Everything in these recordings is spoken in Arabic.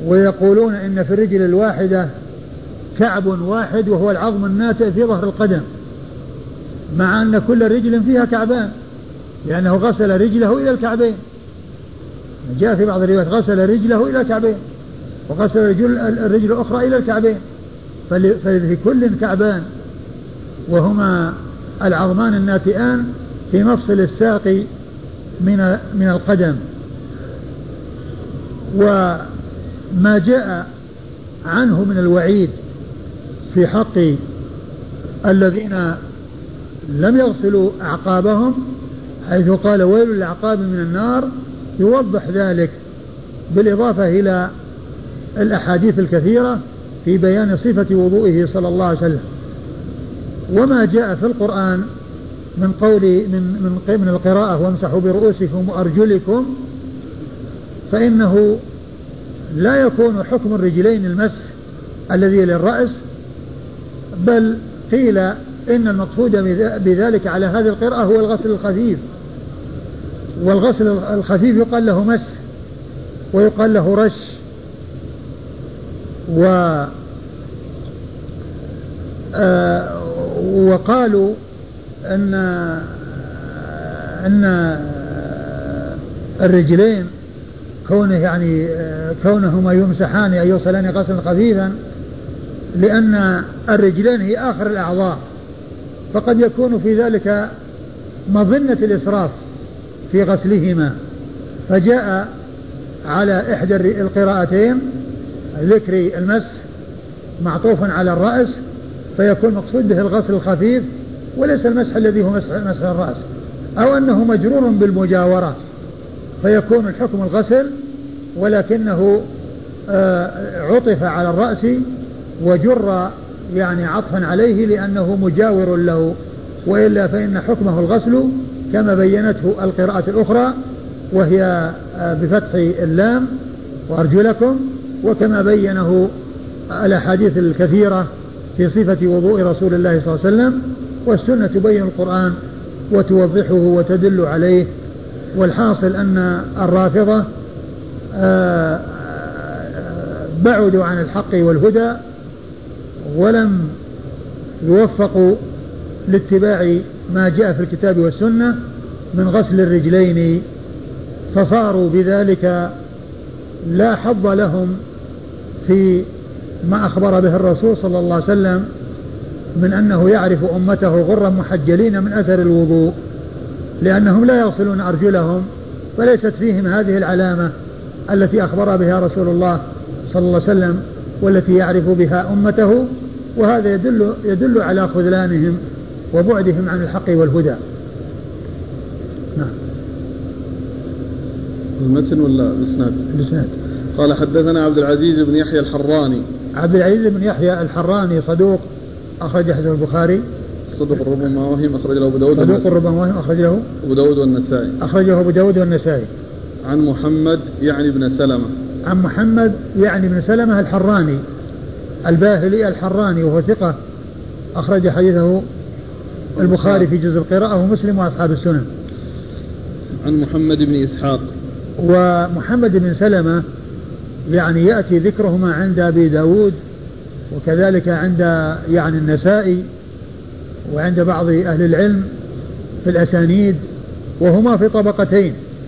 ويقولون إن في الرجل الواحدة كعب واحد وهو العظم الناتئ في ظهر القدم، مع أن كل رجل فيها كعبان، لأنه غسل رجله إلى الكعبين. جاء في بعض الروايات غسل رجله إلى الكعبين، وغسل الرجل الأخرى إلى الكعبين، ففي كل كعبان، وهما العظمان الناتئان في مفصل الساق من القدم. وما جاء عنه من الوعيد في حق الذين لم يغسلوا أعقابهم، حيث قال ويل للأعقاب من النار، يوضح ذلك بالإضافة إلى الأحاديث الكثيرة في بيان صفة وضوئه صلى الله عليه وسلم. وما جاء في القرآن من قول من القراءة وامسحوا برؤوسكم وأرجلكم، فإنه لا يكون حكم الرجلين المسح الذي للرأس، بل قيل إن المقصود بذلك على هذه القراءة هو الغسل الخفيف، والغسل الخفيف يقال له مسح ويقال له رش. وقالوا أن الرجلين كونهما يمسحان أي يغسلان غسلا خفيفا، لأن الرجلين هي آخر الأعضاء، فقد يكون في ذلك مظنة الإسراف في غسلهما، فجاء على إحدى القراءتين ذكر المسح معطوفا على الرأس، فيكون مقصود به الغسل الخفيف وليس المسح الذي هو مسح الرأس، أو أنه مجرور بالمجاورة فيكون الحكم الغسل، ولكنه عطف على الرأس وجر يعني عطفا عليه لأنه مجاور له، وإلا فإن حكمه الغسل كما بينته القراءة الأخرى وهي بفتح اللام وأرجلكم، وكما بينه الأحاديث الكثيرة في صفة وضوء رسول الله صلى الله عليه وسلم. والسنة تبين القرآن وتوضحه وتدل عليه. والحاصل أن الرافضة بعدوا عن الحق والهدى ولم يوفقوا لاتباع ما جاء في الكتاب والسنة من غسل الرجلين، فصاروا بذلك لا حظ لهم في ما أخبر به الرسول صلى الله عليه وسلم من أنه يعرف أمته غرا محجلين من أثر الوضوء، لأنهم لا يغسلون أرجلهم، فليست فيهم هذه العلامة التي أخبر بها رسول الله صلى الله عليه وسلم والتي يعرف بها أمته، وهذا يدل على خذلانهم وبعدهم عن الحق والهدى. نعم. المتن ولا الإسناد؟ الإسناد. قال حدثنا عبد العزيز بن يحيى الحراني. عبد العزيز بن يحيى الحراني صدوق أخرج حديث البخاري. صدوق ربما وهم أخرج له أبو داود. صدوق ربما وهم أخرج له أبو داود والنسائي. أخرجه أبو داود والنسائي. عن محمد يعني بن سلمة. عن محمد يعني بن سلمة الحراني الباهلي الحراني، وهو ثقة أخرج حديثه البخاري في جزء القراءة ومسلم وأصحاب السنن. عن محمد بن إسحاق. ومحمد بن سلمة يعني يأتي ذكرهما عند أبي داود وكذلك عند يعني النسائي وعند بعض أهل العلم في الأسانيد، وهما في طبقتين.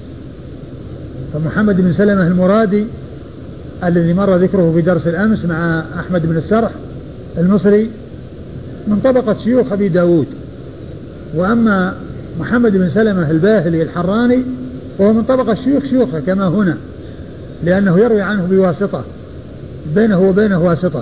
فمحمد بن سلمة المرادي الذي مر ذكره في درس الأمس مع أحمد بن السرح المصري من طبقة شيوخ أبي داود، وأما محمد بن سلمة الباهلي الحراني وهو من طبقة شيوخه كما هنا، لأنه يروي عنه بواسطة، بينه وبينه واسطة.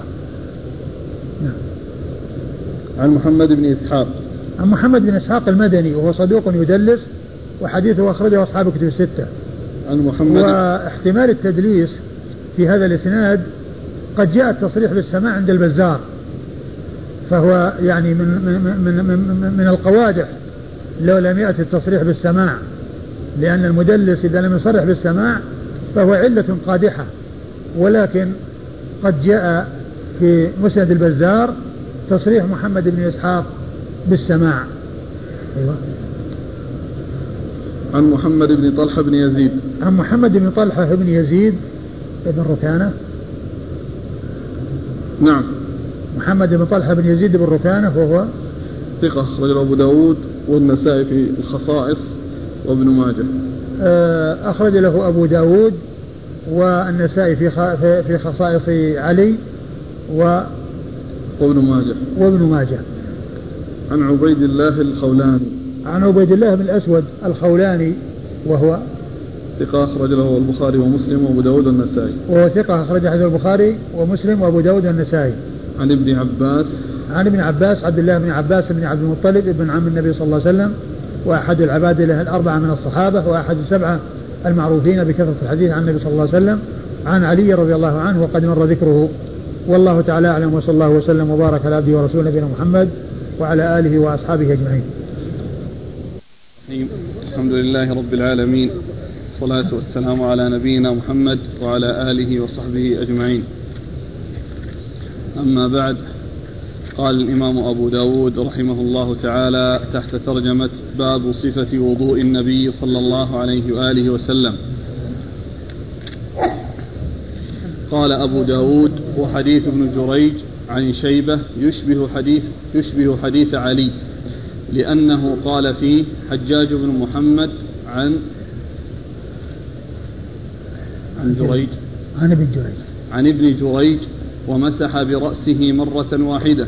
عن محمد بن إسحاق. عن محمد بن إسحاق المدني وهو صدوق يدلس وحديثه أخرجه أصحاب كتب الستة. عن محمد. واحتمال التدليس في هذا الإسناد قد جاء التصريح بالسماع عند البزار، فهو يعني من القوادح لو لم يأتي التصريح بالسماع، لأن المدلس إذا لم يصرح بالسماع فهو علة قادحة، ولكن قد جاء في مسند البزار تصريح محمد بن إسحاق بالسماع. أيوة. عن محمد بن طلحة بن يزيد. عن محمد بن طلحة بن يزيد ابن ركانة نعم. محمد بن طلحة بن يزيد بن ركانة وهو ثقة أخرجه أبو داود والنسائي في الخصائص وابن ماجه. أخرج له أبو داود والنسائي في خصائص علي وابن ماجه. عن عبيد الله الخولاني. عن عبيد الله بن الأسود الخولاني وهو ثقة أخرج له البخاري ومسلم وأبو داود والنسائي. وهو ثقة أخرج له البخاري ومسلم وأبو داود والنسائي. عن ابن عباس. عن ابن عباس عبد الله بن عباس بن عبد المطلب ابن عم النبي صلى الله عليه وسلم وأحد العبادلة الأربعة من الصحابة وأحد السبعة المعروفين بكثرة الحديث عن النبي صلى الله عليه وسلم. عن علي رضي الله عنه وقد مر ذكره. والله تعالى أعلم وصلى الله وسلم وبارك على عبده ورسوله نبينا محمد وعلى آله وأصحابه أجمعين. الحمد لله رب العالمين، الصلاة والسلام على نبينا محمد وعلى آله وصحبه أجمعين. أما بعد، قال الإمام أبو داود رحمه الله تعالى تحت ترجمة باب صفة وضوء النبي صلى الله عليه وآله وسلم. قال أبو داود: وحديث ابن جريج عن شيبة يشبه حديث علي، لأنه قال فيه حجاج بن محمد عن ابن جريج ومسح برأسه مرة واحدة.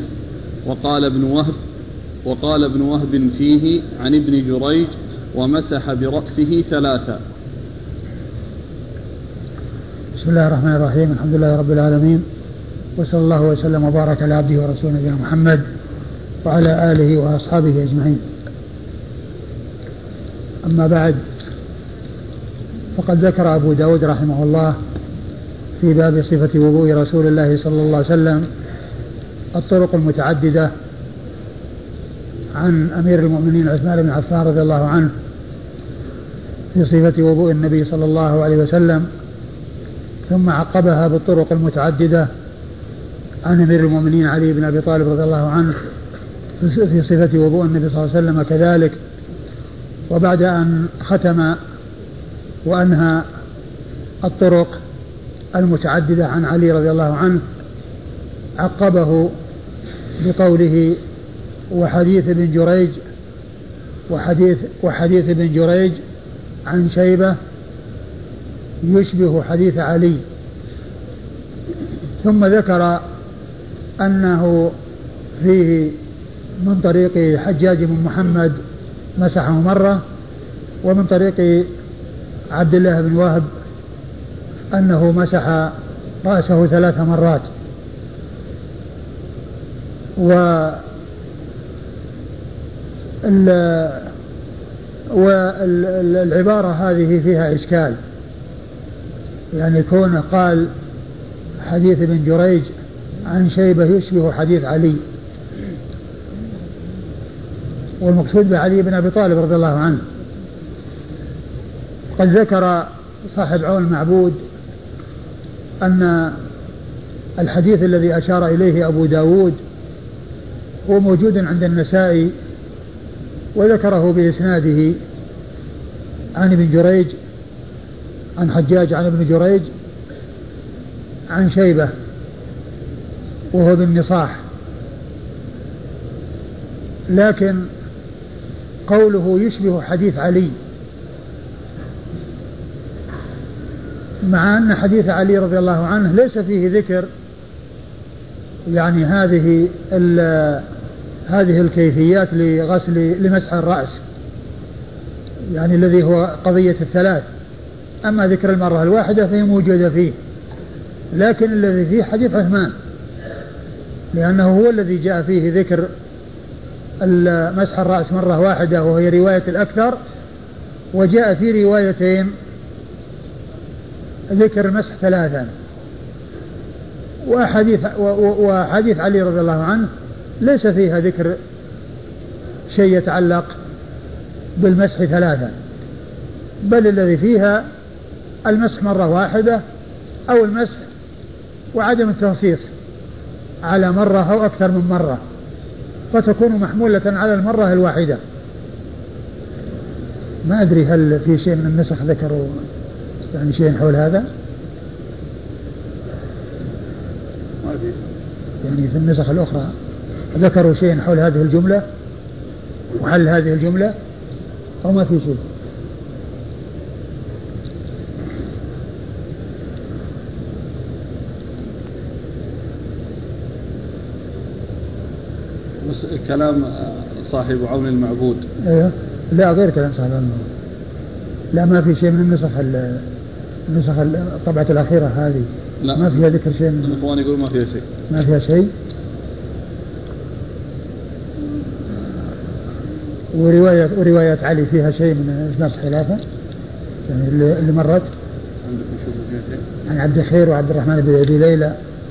وقال ابن وهب فيه عن ابن جريج ومسح برأسه ثلاثا. بسم الله الرحمن الرحيم. الحمد لله رب العالمين، وصلى الله وسلم وبارك على عبده ورسوله نبينا محمد وعلى آله وأصحابه أجمعين. أما بعد، فقد ذكر أبو داود رحمه الله في باب صفة وضوء رسول الله صلى الله عليه وسلم الطرق المتعددة عن أمير المؤمنين عثمان بن عفان رضي الله عنه في صفة وضوء النبي صلى الله عليه وسلم، ثم عقبها بالطرق المتعددة عن أمير المؤمنين علي بن أبي طالب رضي الله عنه في صفة وضوء النبي صلى الله عليه وسلم كذلك. وبعد أن ختم وأنهى الطرق المتعددة عن علي رضي الله عنه، عقبه بقوله: وحديث ابن جريج عن شيبة يشبه حديث علي. ثم ذكر أنه فيه من طريق حجاج بن محمد مسحه مرة، ومن طريق عبد الله بن وهب أنه مسح رأسه 3 مرات. والعبارة هذه فيها إشكال، يعني كونه قال حديث ابن جريج عن شيبة يشبه حديث علي، والمقصود بعلي بن أبي طالب رضي الله عنه. قد ذكر صاحب عون المعبود أن الحديث الذي أشار إليه أبو داود هو موجود عند النسائي، وذكره بإسناده عن ابن جريج عن حجاج عن ابن جريج عن شيبة وهو بالنصاح. لكن قوله يشبه حديث علي، مع أن حديث علي رضي الله عنه ليس فيه ذكر يعني هذه الكيفيات لمسح الرأس، يعني الذي هو قضية 3. أما ذكر المرة الواحدة فهي موجودة فيه، لكن الذي فيه حديث عثمان، لأنه هو الذي جاء فيه ذكر مسح الرأس مرة واحدة وهي رواية الأكثر، وجاء في روايتين ذكر المسح 3. وحديث علي رضي الله عنه ليس فيها ذكر شيء يتعلق بالمسح 3، بل الذي فيها المسح مرة واحدة أو المسح وعدم التنصيص على مرة أو أكثر من مرة، فتكون محمولة على المرة الواحدة. ما أدري هل في شيء من النسخ ذكروا يعني شيء حول هذا؟ يعني في النسخ الأخرى ذكروا شيء حول هذه الجملة وحل هذه الجملة أو ما في شيء؟ كلام صاحب عون المعبود. ايوه لا غير كلام صاحب عون المعبود. لا ما في شيء من النسخ الطبعة الأخيرة هذه. لا ما فيها ذكر شيء من الإخوان يقولوا ما فيها شيء. ما فيها شيء. ورواية علي فيها شيء من نسخ خلافة يعني اللي مرت عن عبد الخير وعبد الرحمن بن أبي ليلى.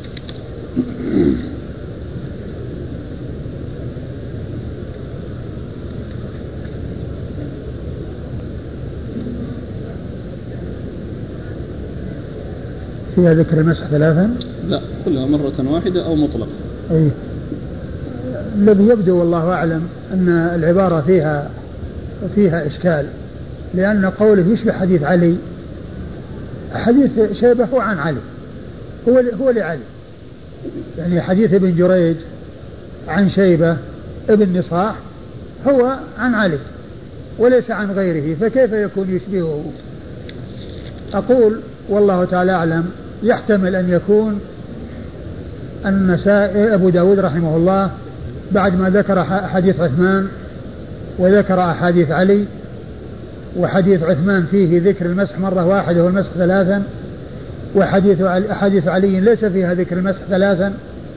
فيها ذكر المسح ثلاثا؟ لا كلها مرة واحدة أو مطلق. أي الذي يبدو والله أعلم أن العبارة فيها إشكال، لأن قوله يشبه حديث علي، حديث شيبة هو عن علي، هو لعلي، يعني حديث ابن جريج عن شيبة ابن نصاح هو عن علي وليس عن غيره، فكيف يكون يشبهه؟ أقول والله تعالى أعلم يحتمل أن يكون النسائي أبو داود رحمه الله بعد ما ذكر حديث عثمان وذكر أحاديث علي، وحديث عثمان فيه ذكر المسح مرة واحدة والمسح ثلاثا، وحديث علي ليس فيها ذكر المسح ثلاثا،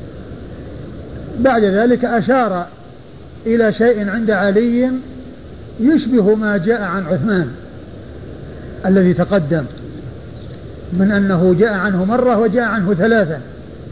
بعد ذلك أشار إلى شيء عند علي يشبه ما جاء عن عثمان الذي تقدم من أنه جاء عنه مرة وجاء عنه ثلاثا.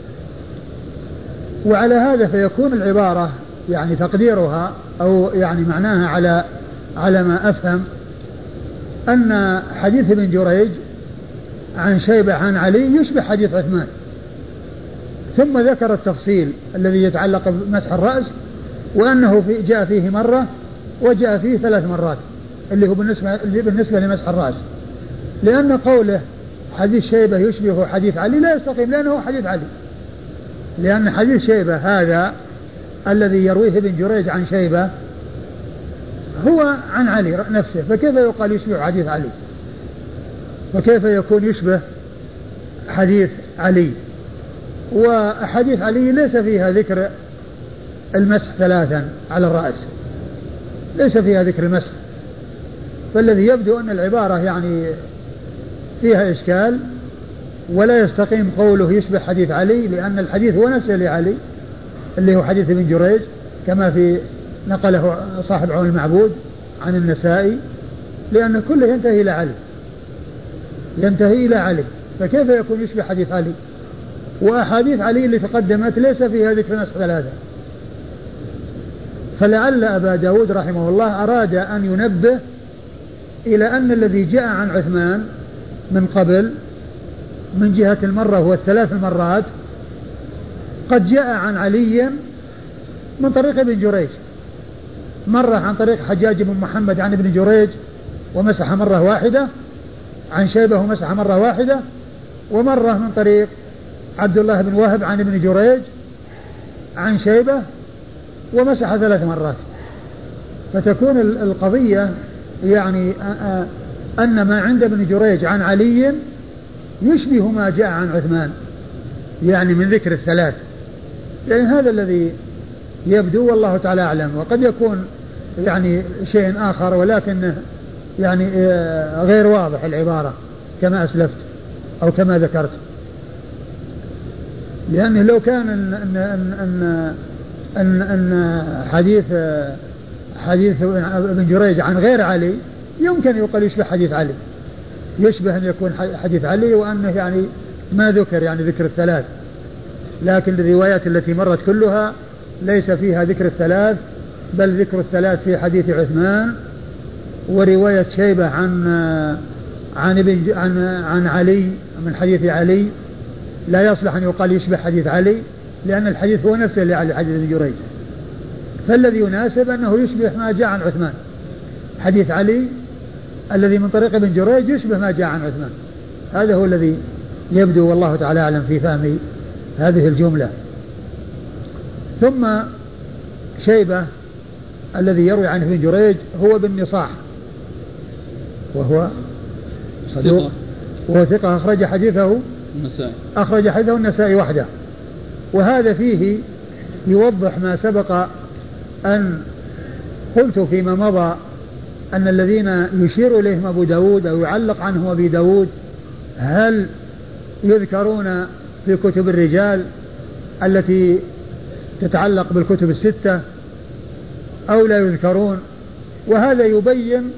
وعلى هذا فيكون العبارة يعني تقديرها أو يعني معناها على ما أفهم أن حديث ابن جريج عن شيبة عن علي يشبه حديث عثمان، ثم ذكر التفصيل الذي يتعلق بمسح الرأس وأنه جاء فيه مرة وجاء فيه 3 مرات اللي هو بالنسبة لمسح الرأس، لأن قوله حديث شيبة يشبه حديث علي لا يستقيم، لأنه حديث علي، لأن حديث شيبة هذا الذي يرويه ابن جريج عن شيبة هو عن علي نفسه، فكيف يقال يشبه حديث علي؟ وكيف يكون يشبه حديث علي؟ وحديث علي ليس فيها ذكر المسح 3 على الرأس، ليس فيها ذكر المسح، فالذي يبدو أن العبارة يعني فيها إشكال ولا يستقيم قوله يشبه حديث علي، لأن الحديث هو نفسه لعلي اللي هو حديث ابن جريج كما في نقله صاحب عون المعبود عن النسائي، لأن كله ينتهي إلى علي، فكيف يكون يشبه حديث علي؟ وأحاديث علي اللي تقدمت ليس فيها ذكر مسح 3. فلعل أبا داود رحمه الله أراد أن ينبه إلى أن الذي جاء عن عثمان من قبل من جهة المرة هو 3 مرات قد جاء عن علي من طريق ابن جريج، مرة عن طريق حجاج بن محمد عن ابن جريج ومسح مرة واحدة، عن شيبة ومسح مرة واحدة، ومرة من طريق عبد الله بن وهب عن ابن جريج عن شيبة ومسح 3 مرات. فتكون القضية يعني أن ما عند ابن جريج عن علي يشبه ما جاء عن عثمان يعني من ذكر 3، يعني هذا الذي يبدو والله تعالى أعلم، وقد يكون يعني شيء آخر ولكن يعني غير واضح العبارة كما أسلفت أو كما ذكرت، لأنه لو كان أن حديث ابن جريج عن غير علي يمكن يقال يشبه حديث علي، يشبه أن يكون حديث علي وأنه يعني ما ذكر يعني ذكر 3، لكن الروايات التي مرت كلها ليس فيها ذكر 3، بل ذكر 3 في حديث عثمان، ورواية شيبة عن علي من حديث علي لا يصلح أن يقال يشبه حديث علي، لأن الحديث هو نفسه لعلي حديث ابن جريج، فالذي يناسب أنه يشبه ما جاء عن عثمان، حديث علي الذي من طريق ابن جريج يشبه ما جاء عن عثمان، هذا هو الذي يبدو والله تعالى أعلم في فهم هذه الجملة. ثم شيبة الذي يروي عنه ابن جريج هو بن نصاح وهو صدوق وهو ثقة أخرج حديثه النسائي وحده. وهذا فيه يوضح ما سبق أن قلت فيما مضى أن الذين يشير إليهم أبو داود أو يعلق عنه أبي داود هل يذكرون في كتب الرجال التي تتعلق بالكتب الستة أو لا يذكرون؟ وهذا يبين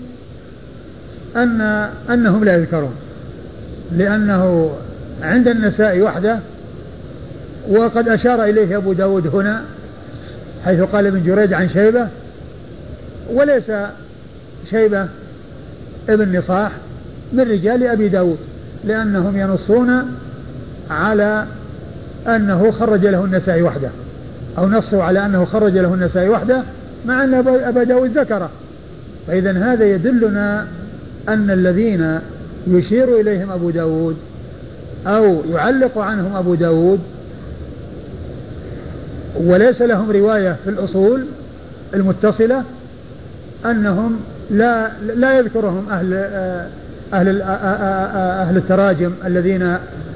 أنهم لا يذكرون، لأنه عند النسائي وحده، وقد أشار إليه أبو داود هنا حيث قال ابن جريج عن شيبة، وليس شيبة ابن نصاح من رجال أبي داود، لأنهم ينصون على أنه خرج له النسائي وحده، أو نصوا على أنه خرج له النسائي وحده مع أن أبا داود ذكره. فإذا هذا يدلنا أن الذين يشير إليهم أبو داود أو يعلق عنهم أبو داود وليس لهم رواية في الأصول المتصلة أنهم لا يذكرهم أهل التراجم الذين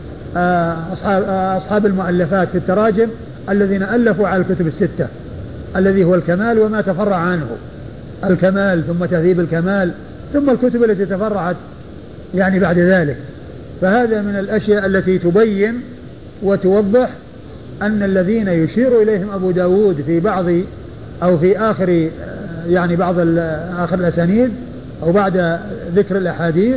أصحاب المؤلفات في التراجم الذين ألفوا على الكتب الستة، الذي هو الكمال وما تفرع عنه، الكمال ثم تهذيب الكمال ثم الكتب التي تفرعت يعني بعد ذلك. فهذا من الأشياء التي تبين وتوضح أن الذين يشير إليهم أبو داود في بعض أو في آخر يعني بعض آخر الأسانيد أو بعد ذكر الأحاديث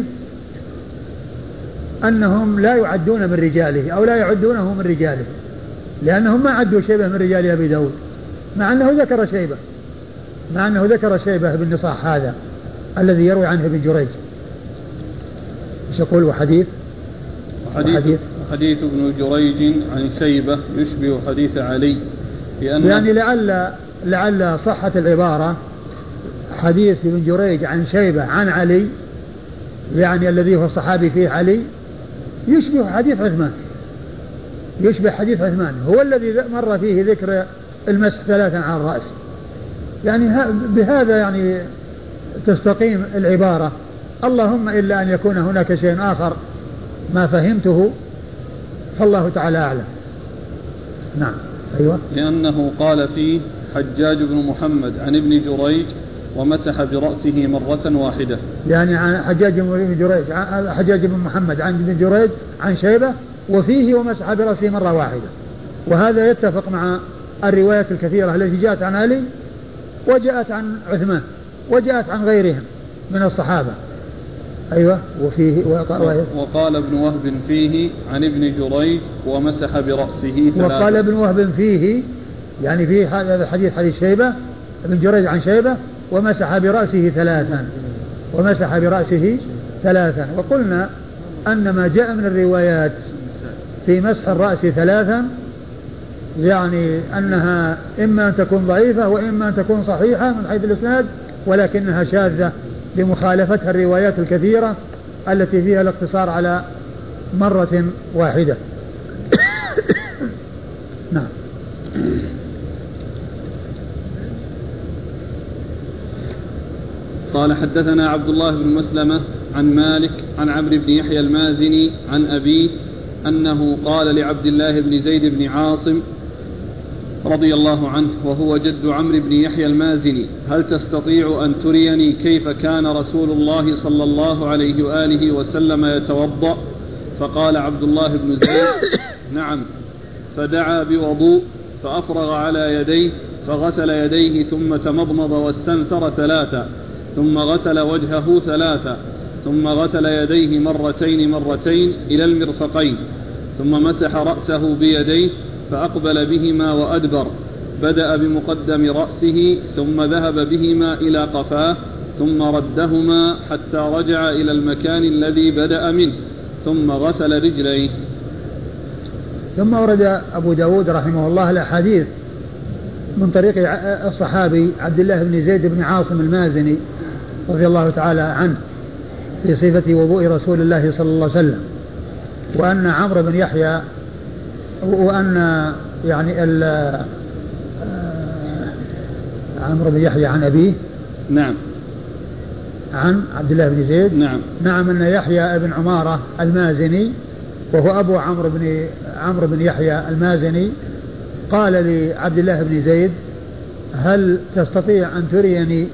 أنهم لا يعدون من رجاله أو لا يعدونه من رجاله، لأنهم ما عدوا شيبة من رجال أبي داود مع أنه ذكر شيبة بن نصاح هذا الذي يروي عنه ابن جريج. ايش يقول؟ وحديث ابن جريج عن شيبة يشبه حديث علي، يعني لعل صحة العبارة حديث ابن جريج عن شيبة عن علي، يعني الذي هو الصحابي فيه علي، يشبه حديث عثمان هو الذي مر فيه ذكر المسح 3 على الرأس. يعني بهذا يعني تستقيم العبارة، اللهم إلا أن يكون هناك شيء آخر ما فهمته، فالله تعالى أعلم. نعم. أيوة. لأنه قال فيه حجاج بن محمد عن ابن جريج ومسح برأسه مرة واحدة، يعني عن حجاج بن محمد عن ابن جريج عن شيبة وفيه ومسح برأسه مرة واحدة. وهذا يتفق مع الروايات الكثيرة التي جاءت عن علي وجاءت عن عثمان وجاءت عن غيرهم من الصحابة. أيوة. وفيه وقال ابن وهب فيه عن ابن جريج ومسح برأسه 3. وقال ابن وهب فيه يعني فيه هذا الحديث حديث شيبة ابن جريج عن شيبة ومسح برأسه 3. وقلنا أن ما جاء من الروايات في مسح الرأس 3 يعني أنها إما أن تكون ضعيفة وإما أن تكون صحيحة من حيث الإسناد، ولكنها شاذة لمخالفتها الروايات الكثيرة التي فيها الاقتصار على مرة واحدة. نعم. قال حدثنا عبد الله بن مسلمة عن مالك عن عمرو بن يحيى المازني عن أبيه أنه قال لعبد الله بن زيد بن عاصم رضي الله عنه وهو جد عمرو بن يحيى المازني: هل تستطيع أن تريني كيف كان رسول الله صلى الله عليه وآله وسلم يتوضأ؟ فقال عبد الله بن زيد: نعم. فدعا بوضوء فأفرغ على يديه فغسل يديه ثم تمضمض واستنثر 3، ثم غسل وجهه 3، ثم غسل يديه مرتين إلى المرفقين، ثم مسح رأسه بيديه فأقبل بهما وأدبر، بدأ بمقدم رأسه ثم ذهب بهما إلى قفاه ثم ردهما حتى رجع إلى المكان الذي بدأ منه، ثم غسل رجليه. ثم ورد أبو داود رحمه الله الأحاديث من طريق الصحابي عبد الله بن زيد بن عاصم المازني رضي الله تعالى عنه في صفة وضوء رسول الله صلى الله عليه وسلم، وأن عمرو بن يحيى وأن يعني عمرو بن يحيى عن أبيه. نعم. عن عبد الله بن زيد. نعم. نعم أن يحيى بن عمارة المازني وهو أبو عمرو بن يحيى المازني قال لعبد الله بن زيد هل تستطيع أن تريني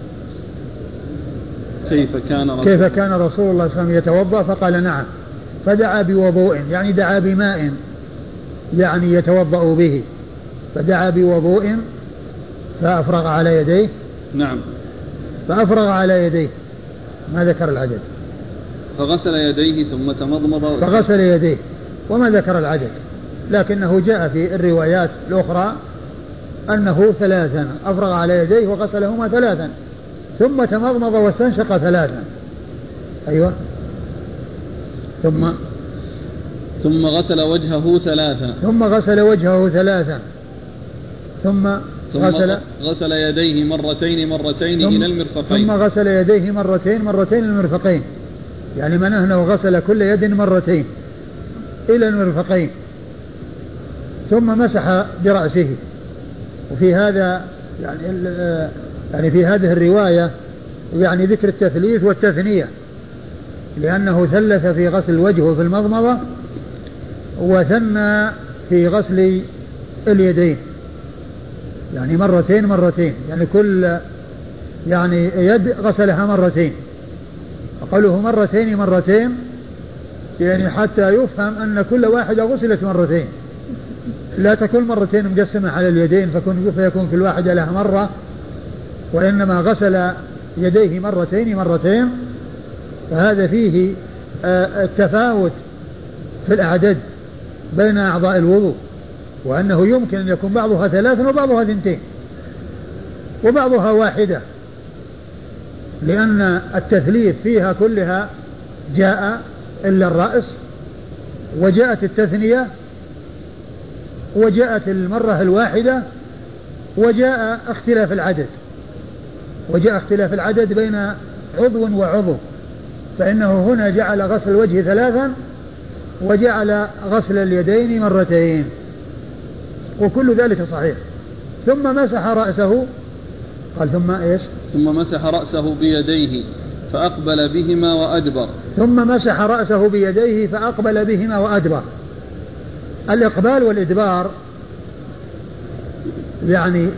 كيف كان رسول الله صلى الله عليه وسلم يتوضأ؟ فقال نعم. فدعا بوضوء يعني دعا بماء يعني يتوضأ به، فدعا بوضوء فأفرغ على يديه. نعم. فأفرغ على يديه، ما ذكر العدد. فغسل يديه ثم تمضمض فغسل يديه وما ذكر العدد، لكنه جاء في الروايات الأخرى أنه 3 أفرغ على يديه وغسلهما 3 ثم تمضمض واستنشق 3. أيوة. ثم غسل وجهه 3. ثم غسل وجهه 3. ثم غسل يديه مرتين إلى المرفقين. ثم غسل يديه مرتين إلى المرفقين، يعني من أنه غسل كل يد مرتين إلى المرفقين، ثم مسح برأسه. وفي هذا يعني في هذه الرواية يعني ذكر التثليث والتثنية، لأنه ثلث في غسل الوجه في المضمضة وثنى في غسل اليدين، يعني مرتين يعني كل يعني يد غسلها مرتين. فقوله مرتين يعني حتى يفهم أن كل واحدة غسلت مرتين، لا تكون مرتين مجسمة على اليدين فيكون كل واحدة لها مرة، وإنما غسل يديه مرتين. فهذا فيه التفاوت في الأعداد بين أعضاء الوضوء، وأنه يمكن أن يكون بعضها 3 وبعضها 2 وبعضها 1، لأن التثليث فيها كلها جاء إلا الرأس، وجاءت التثنية، وجاءت المرة الواحدة، وجاء اختلاف العدد بين عضو وعضو، فإنه هنا جعل غسل الوجه 3 وجعل غسل اليدين مرتين، وكل ذلك صحيح. ثم مسح رأسه، قال ثم إيش؟ ثم مسح رأسه بيديه فأقبل بهما وأدبر. ثم مسح رأسه بيديه فأقبل بهما وأدبر. الإقبال والإدبار يعني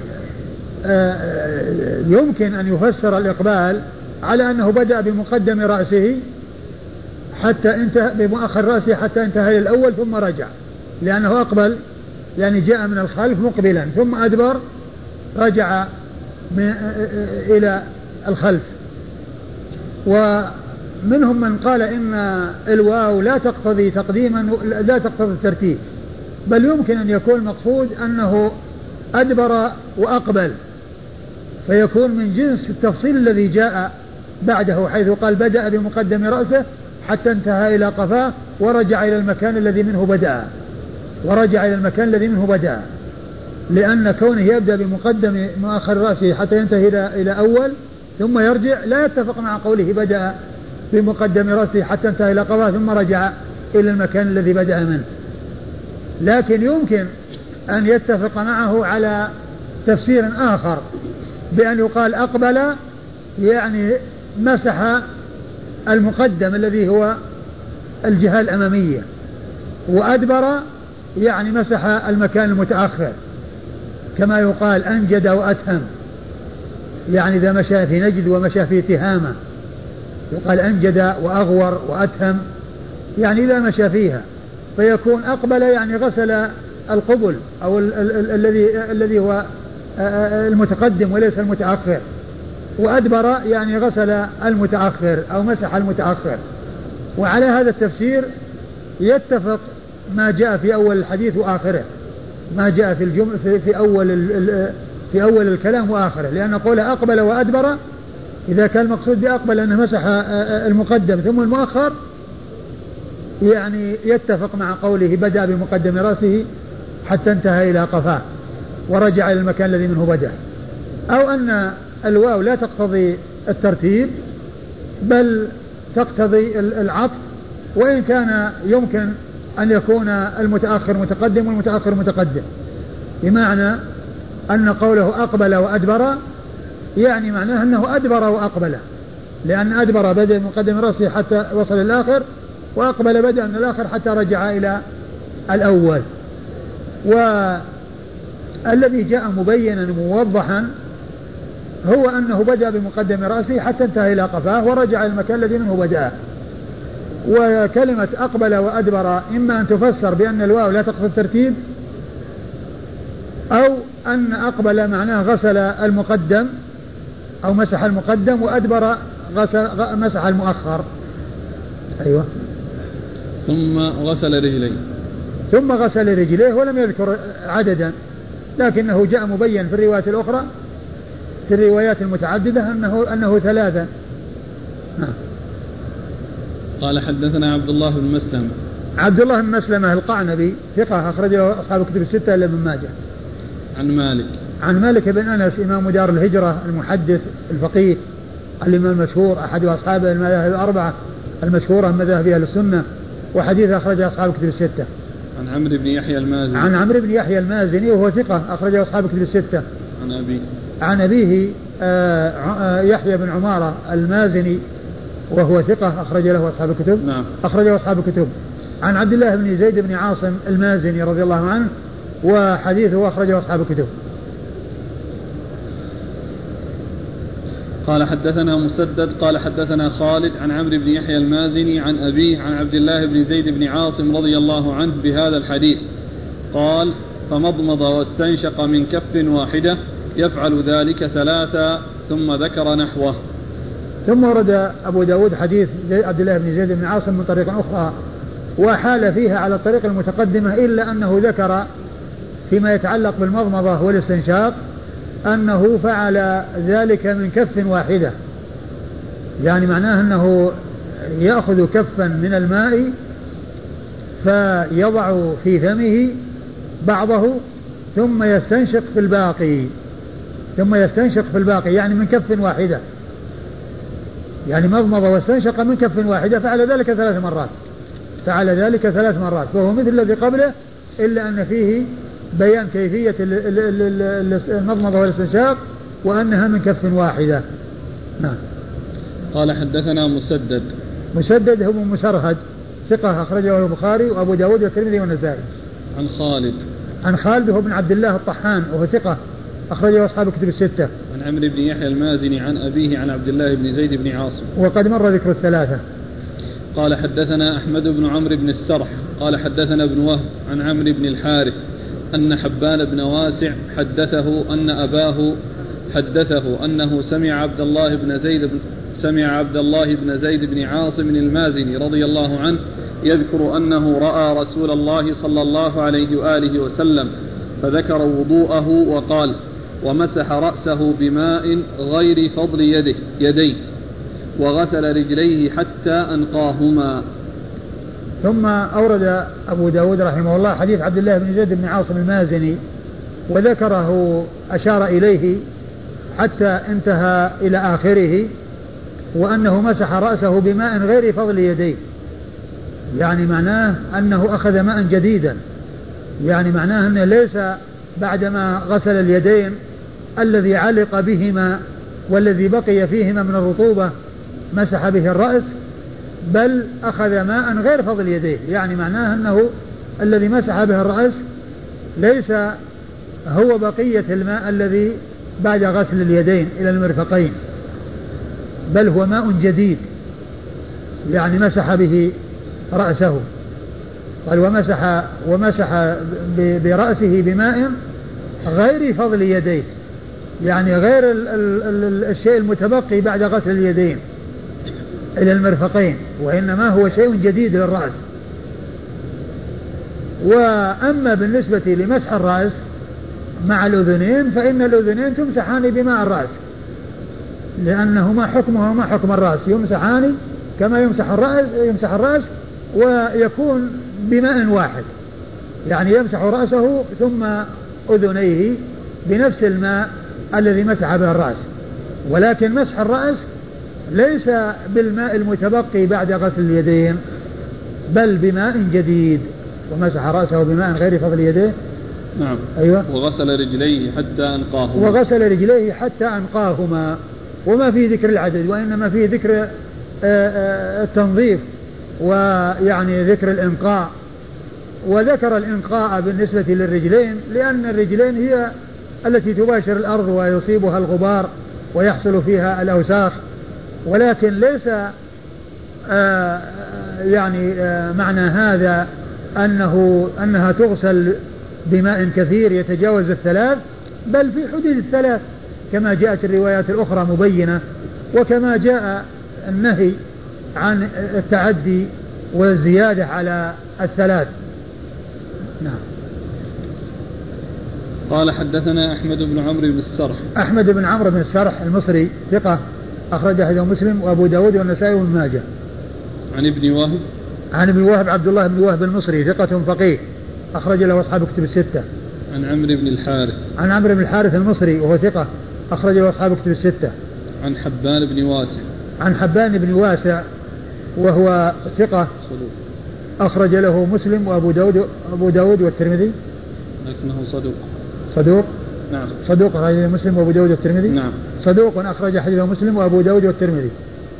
يمكن أن يفسر الإقبال على أنه بدأ بمقدم رأسه حتى انتهى بمؤخر رأسه حتى انتهى إلى الأول ثم رجع، لأنه أقبل يعني جاء من الخلف مقبلا، ثم أدبر رجع إلى الخلف. ومنهم من قال إن الواو لا تقتضي تقديما لا تقتضي الترتيب، بل يمكن أن يكون مقصود أنه أدبر وأقبل، فيكون من جنس التفصيل الذي جاء بعده، حيث قال بدأ بمقدم رأسه حتى انتهى إلى قفاه ورجع إلى المكان الذي منه بدأ، لأن كونه يبدأ بمقدم مؤخر رأسه حتى ينتهي إلى أول ثم يرجع لا يتفق مع قوله بدأ بمقدم رأسه حتى انتهى إلى قفاه ثم رجع إلى المكان الذي بدأ منه. لكن يمكن أن يتفق معه على تفسير آخر، بأن يقال أقبل يعني مسح المقدم الذي هو الجهة الأمامية، وأدبر يعني مسح المكان المتأخر، كما يقال أنجد وأتهم، يعني إذا مشى في نجد ومشى في تهامة يقال أنجد وأغور وأتهم، يعني إذا مشى فيها، فيكون أقبل يعني غسل القبل أو الذي هو المتقدم وليس المتأخر، وأدبر يعني غسل المتأخر أو مسح المتأخر. وعلى هذا التفسير يتفق ما جاء في أول الحديث وآخره، ما جاء في أول الكلام وآخره، لأن قوله أقبل وأدبر إذا كان المقصود بأقبل أنه مسح المقدم ثم المؤخر يعني يتفق مع قوله بدأ بمقدم رأسه حتى انتهى إلى قفاه ورجع إلى المكان الذي منه بدأ، أو أن الواو لا تقتضي الترتيب بل تقتضي العطف، وإن كان يمكن أن يكون المتأخر متقدم والمتأخر متقدم، بمعنى أن قوله أقبل وأدبر يعني معناه أنه أدبر وأقبل، لأن أدبر بدأ من مقدم رأسه حتى وصل الآخر، وأقبل بدأ من الآخر حتى رجع إلى الأول. والذي جاء مبينا موضحا هو أنه بدأ بمقدم رأسه حتى انتهى إلى قفاه ورجع إلى المكان الذي منه بدأ. وكلمة أقبل وأدبر إما أن تفسر بأن الواو لا تقصد الترتيب، أو أن أقبل معناه غسل المقدم أو مسح المقدم، وأدبر مسح المؤخر. أيوة. ثم غسل رجليه ولم يذكر عددا، لكنه جاء مبين في الروايات الأخرى في الروايات المتعددة أنه 3. قال حدثنا عبد الله بن مسلم. عبد الله بن مسلمة القعنبي ثقة أخرجه أصحاب الكتب الستة إلا ابن ماجه. عن مالك بن أنس إمام دار الهجرة المحدث الفقيه الإمام المشهور أحد أصحاب المذاهب الأربعة المشهورة من مذاهب أهل السنة، وحديث أخرجه أصحاب الكتب الستة. عن عمرو بن يحيى المازني وهو ثقة أخرجه أصحاب الكتب الستة. عن أبيه يحيى بن عمارة المازني وهو ثقة أخرج له أصحاب الكتب. نعم. أخرجه أصحاب الكتب. عن عبد الله بن زيد بن عاصم المازني رضي الله عنه وحديثه أخرجه أصحاب الكتب. قال حدثنا مسدد قال حدثنا خالد عن عمرو بن يحيى المازني عن أبيه عن عبد الله بن زيد بن عاصم رضي الله عنه بهذا الحديث قال: فمضمض واستنشق من كف واحدة يفعل ذلك 3 ثم ذكر نحوه. ثم ورد أبو داود حديث عبد الله بن زيد بن عاصم من طريق أخرى وحال فيها على الطريق المتقدمة، إلا أنه ذكر فيما يتعلق بالمضمضة والاستنشاق أنه فعل ذلك من كف واحدة، يعني معناه أنه يأخذ كفا من الماء فيضع في فمه بعضه ثم يستنشق في الباقي يعني من كف واحدة، يعني مضمض واستنشق من كف واحدة، فعل ذلك 3 مرات، فهو مثل الذي قبله إلا أن فيه بيان كيفية المضمضة والاستنشاق وأنها من كف واحدة. نعم. قال حدثنا مسدد هو مسرهد ثقة أخرجه البخاري وأبو داود والترمذي والنسائي. عن خالد هو بن عبد الله الطحان وهو ثقة أخرجه أصحاب الكتب الستة. عن عمرو بن يحيى المازني عن أبيه عن عبد الله بن زيد بن عاصم وقد مر ذكر 3. قال حدثنا أحمد بن عمرو بن السرح قال حدثنا ابن وهب عن عمرو بن الحارث أن حبان بن واسع حدثه أن أباه حدثه أنه سمع عبد الله بن زيد بن عاصم المازني رضي الله عنه يذكر أنه رأى رسول الله صلى الله عليه وآله وسلم فذكر وضوءه وقال: ومسح رأسه بماء غير فضل يديه وغسل رجليه حتى أنقاهما. ثم أورد أبو داود رحمه الله حديث عبد الله بن زيد بن عاصم المازني وذكره أشار إليه حتى انتهى إلى آخره، وأنه مسح رأسه بماء غير فضل يديه، يعني معناه أنه أخذ ماء جديدا، يعني معناه أنه ليس بعدما غسل اليدين الذي علق بهما والذي بقي فيهما من الرطوبة مسح به الرأس، بل أخذ ماء غير فضل يديه، يعني معناه أنه الذي مسح به الرأس ليس هو بقية الماء الذي بعد غسل اليدين إلى المرفقين، بل هو ماء جديد، يعني مسح به رأسه. قال ومسح برأسه بماء غير فضل يديه، يعني غير الشيء المتبقي بعد غسل اليدين إلى المرفقين، وإنما هو شيء جديد للرأس. وأما بالنسبة لمسح الرأس مع الأذنين فإن الأذنين تمسحان بماء الرأس، لأنهما حكمهما حكم الرأس، يمسحان كما يمسح الرأس ويكون بماء واحد، يعني يمسح رأسه ثم أذنيه بنفس الماء الذي مسح به الرأس، ولكن مسح الرأس ليس بالماء المتبقي بعد غسل اليدين بل بماء جديد، ومسح رأسه بماء غير فضل يديه نعم. أيوة. وغسل رجليه حتى أنقاهما. وما فيه ذكر العدد، وإنما فيه ذكر التنظيف، ويعني ذكر الإنقاء. وذكر الإنقاء بالنسبة للرجلين لأن الرجلين هي التي تباشر الأرض ويصيبها الغبار ويحصل فيها الأوساخ، ولكن ليس يعني معنى هذا أنها تغسل بماء كثير يتجاوز 3، بل في حدود 3 كما جاءت الروايات الأخرى مبينة، وكما جاء النهي عن التعدي والزيادة على 3. نعم. قال حدثنا أحمد بن عمرو بن السرح. أحمد بن عمرو بن السرح المصري ثقة، أخرج حديثه مسلم وأبو داود والنسائي وابن ماجه. عن ابن وهب عبد الله بن وهب المصري ثقة فقيه، أخرج له أصحاب كتب 6. عن عمرو بن الحارث المصري وهو ثقة، أخرج له أصحاب كتب 6. عن حبان بن واسع وهو ثقة أخرج له مسلم وأبو داود والترمذي، لكنه صدوق. نعم. صدوق أخرج مسلم وأبو داود والترمذي. نعم. صدوق أخرج حديثه مسلم وأبو داود والترمذي.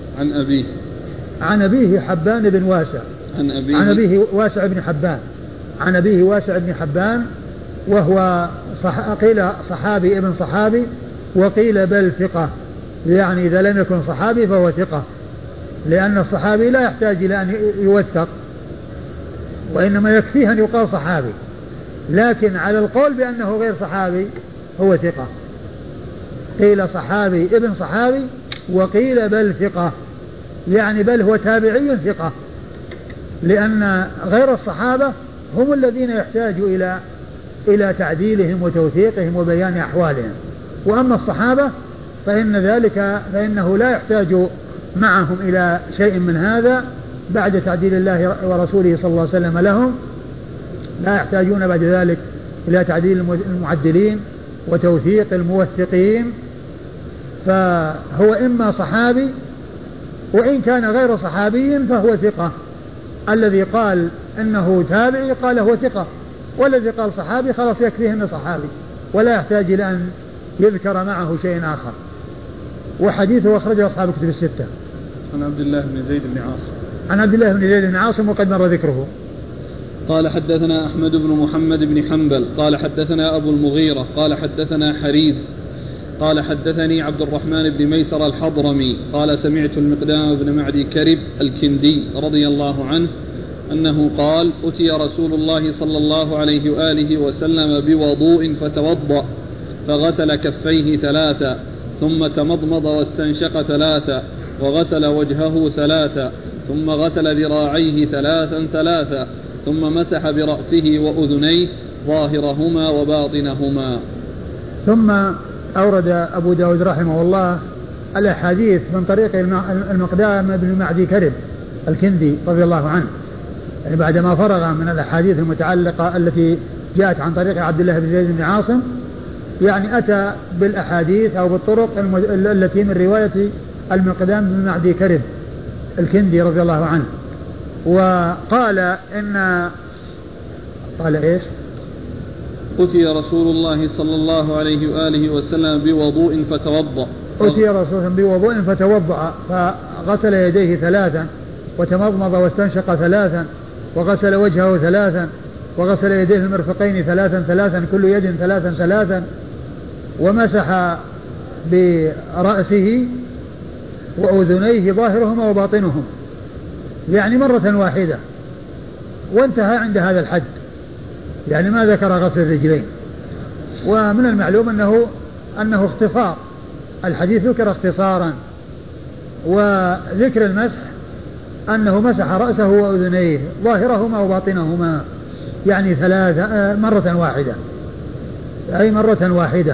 عن أبيه حبان بن واسع. عن أبيه واسع بن حبان. عن أبيه واسع بن حبان، وهو قيل صحابي ابن صحابي، وقيل بل ثقة، يعني إذا لم يكن صحابي فهو ثقة، لأن الصحابي لا يحتاج إلى أن يوثق، وإنما يكفيه أن يقال صحابي، لكن على القول بأنه غير صحابي هو ثقة. قيل صحابي ابن صحابي، وقيل بل ثقة، يعني بل هو تابعي ثقة، لأن غير الصحابة هم الذين يحتاجوا إلى تعديلهم وتوثيقهم وبيان أحوالهم، وأما الصحابة فإنه لا يحتاج معهم إلى شيء من هذا بعد تعديل الله ورسوله صلى الله عليه وسلم لهم، لا يحتاجون بعد ذلك إلى تعديل المعدلين وتوثيق الموثقين، فهو إما صحابي، وإن كان غير صحابي فهو ثقة. الذي قال إنه تابعي قال هو ثقة، والذي قال صحابي خلاص يكفيه أنه صحابي ولا يحتاج إلى أن يذكر معه شيء آخر. وحديثه أخرجه أصحاب كتب 6. عن عبد الله بن زيد بن عاصم وقد مر ذكره. قال حدثنا أحمد بن محمد بن حنبل قال حدثنا أبو المغيرة قال حدثنا حريث قال حدثني عبد الرحمن بن ميسر الحضرمي قال سمعت المقدام بن معدي كرب الكندي رضي الله عنه أنه قال أتي رسول الله صلى الله عليه وآله وسلم بوضوء فتوضأ فغسل كفيه 3 ثم تمضمض واستنشق 3 وغسل وجهه 3 ثم غسل ذراعيه 3 ثم مسح برأسه وأذنيه ظاهرهما وباطنهما. ثم أورد أبو داود رحمه الله الأحاديث من طريق المقدام بن معدي كرب الكندي رضي الله عنه، يعني بعدما فرغ من الأحاديث المتعلقة التي جاءت عن طريق عبد الله بن زيد بن عاصم، يعني أتى بالأحاديث أو بالطرق التي من رواية المقدام بن معدي كرب الكندي رضي الله عنه. وقال قال إيش؟ أتي رسول الله صلى الله عليه وآله وسلم بوضوء فتوضأ. أتي رسول بوضوء فتوضأ فغسل يديه 3 وتمضمض واستنشق 3 وغسل وجهه 3 وغسل يديه المرفقين 3 كل يد 3 ومسح برأسه وأذنيه ظاهرهما وباطنهم، يعني مرة واحدة، وانتهى عند هذا الحد، يعني ما ذكر غسل الرجلين. ومن المعلوم أنه اختصار، الحديث ذكر اختصارا، وذكر المسح أنه مسح رأسه وأذنيه ظاهرهما وباطنهما، يعني 3 مرة واحدة، أي مرة واحدة.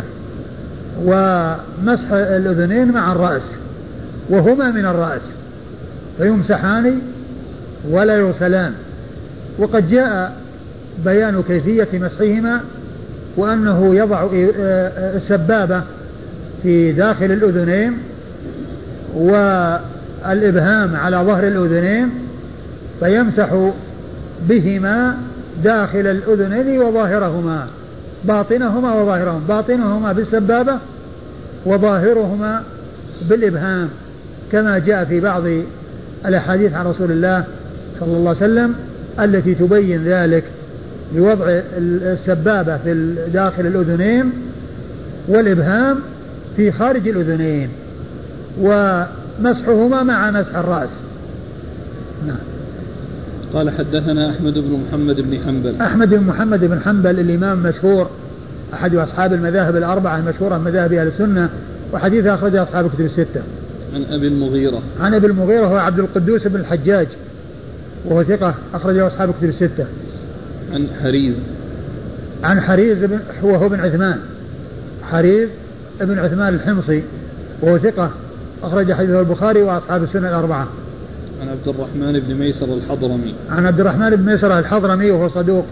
ومسح الأذنين مع الرأس وهما من الرأس فيمسحان ولا يغسلان. وقد جاء بيان كيفية مسحهما، وأنه يضع السبابة في داخل الأذنين والإبهام على ظهر الأذنين فيمسح بهما داخل الأذنين وظاهرهما، باطنهما وظاهرهما، باطنهما بالسبابة وظاهرهما بالإبهام، كما جاء في بعض الأحاديث عن رسول الله صلى الله عليه وسلم التي تبين ذلك، بوضع السبابة في داخل الأذنين والإبهام في خارج الأذنين، ومسحهما مع مسح الرأس. نعم. قال حدثنا أحمد بن محمد بن حنبل. أحمد بن محمد بن حنبل الإمام مشهور، أحد أصحاب المذاهب الأربعة المشهورة من مذاهب أهل السنة، وحديثه أخرجه أصحاب الكتب الستة. عن أبي المغيرة. عن أبي المغيرة هو عبد القدوس بن الحجاج، وهو ثقة أخرجه أصحاب الكتب الستة. عن حريز. عن حريز هو بن عثمان، حريز بن عثمان الحمصي، وهو ثقة أخرج حديثه البخاري وأصحاب السنة الأربعة. عن عبد الرحمن بن ميسر الحضرمي. عن عبد الرحمن بن ميسر الحضرمي وهو صدوق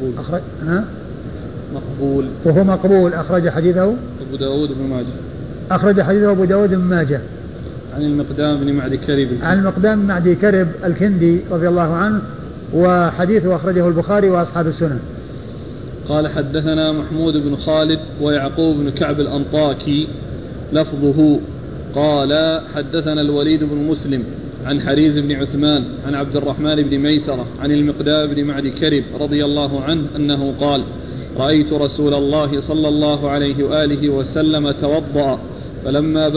مقبول، وهو مقبول، أخرج حديثه أبو داود بن ماجه. أخرج حديثه أبو داود بن ماجه. عن المقدام بن معدي كرب. عن المقدام بن معدي كرب الكندي رضي الله عنه، وحديثه أخرجه البخاري وأصحاب السنن. قال حدثنا محمود بن خالد ويعقوب بن كعب الأنطاكي لفظه قال حدثنا الوليد بن مسلم عن حريز بن عثمان عن عبد الرحمن بن ميسرة عن المقدام بن معدي كرب رضي الله عنه أنه قال رأيت رسول الله صلى الله عليه وآله وسلم توضأ فلما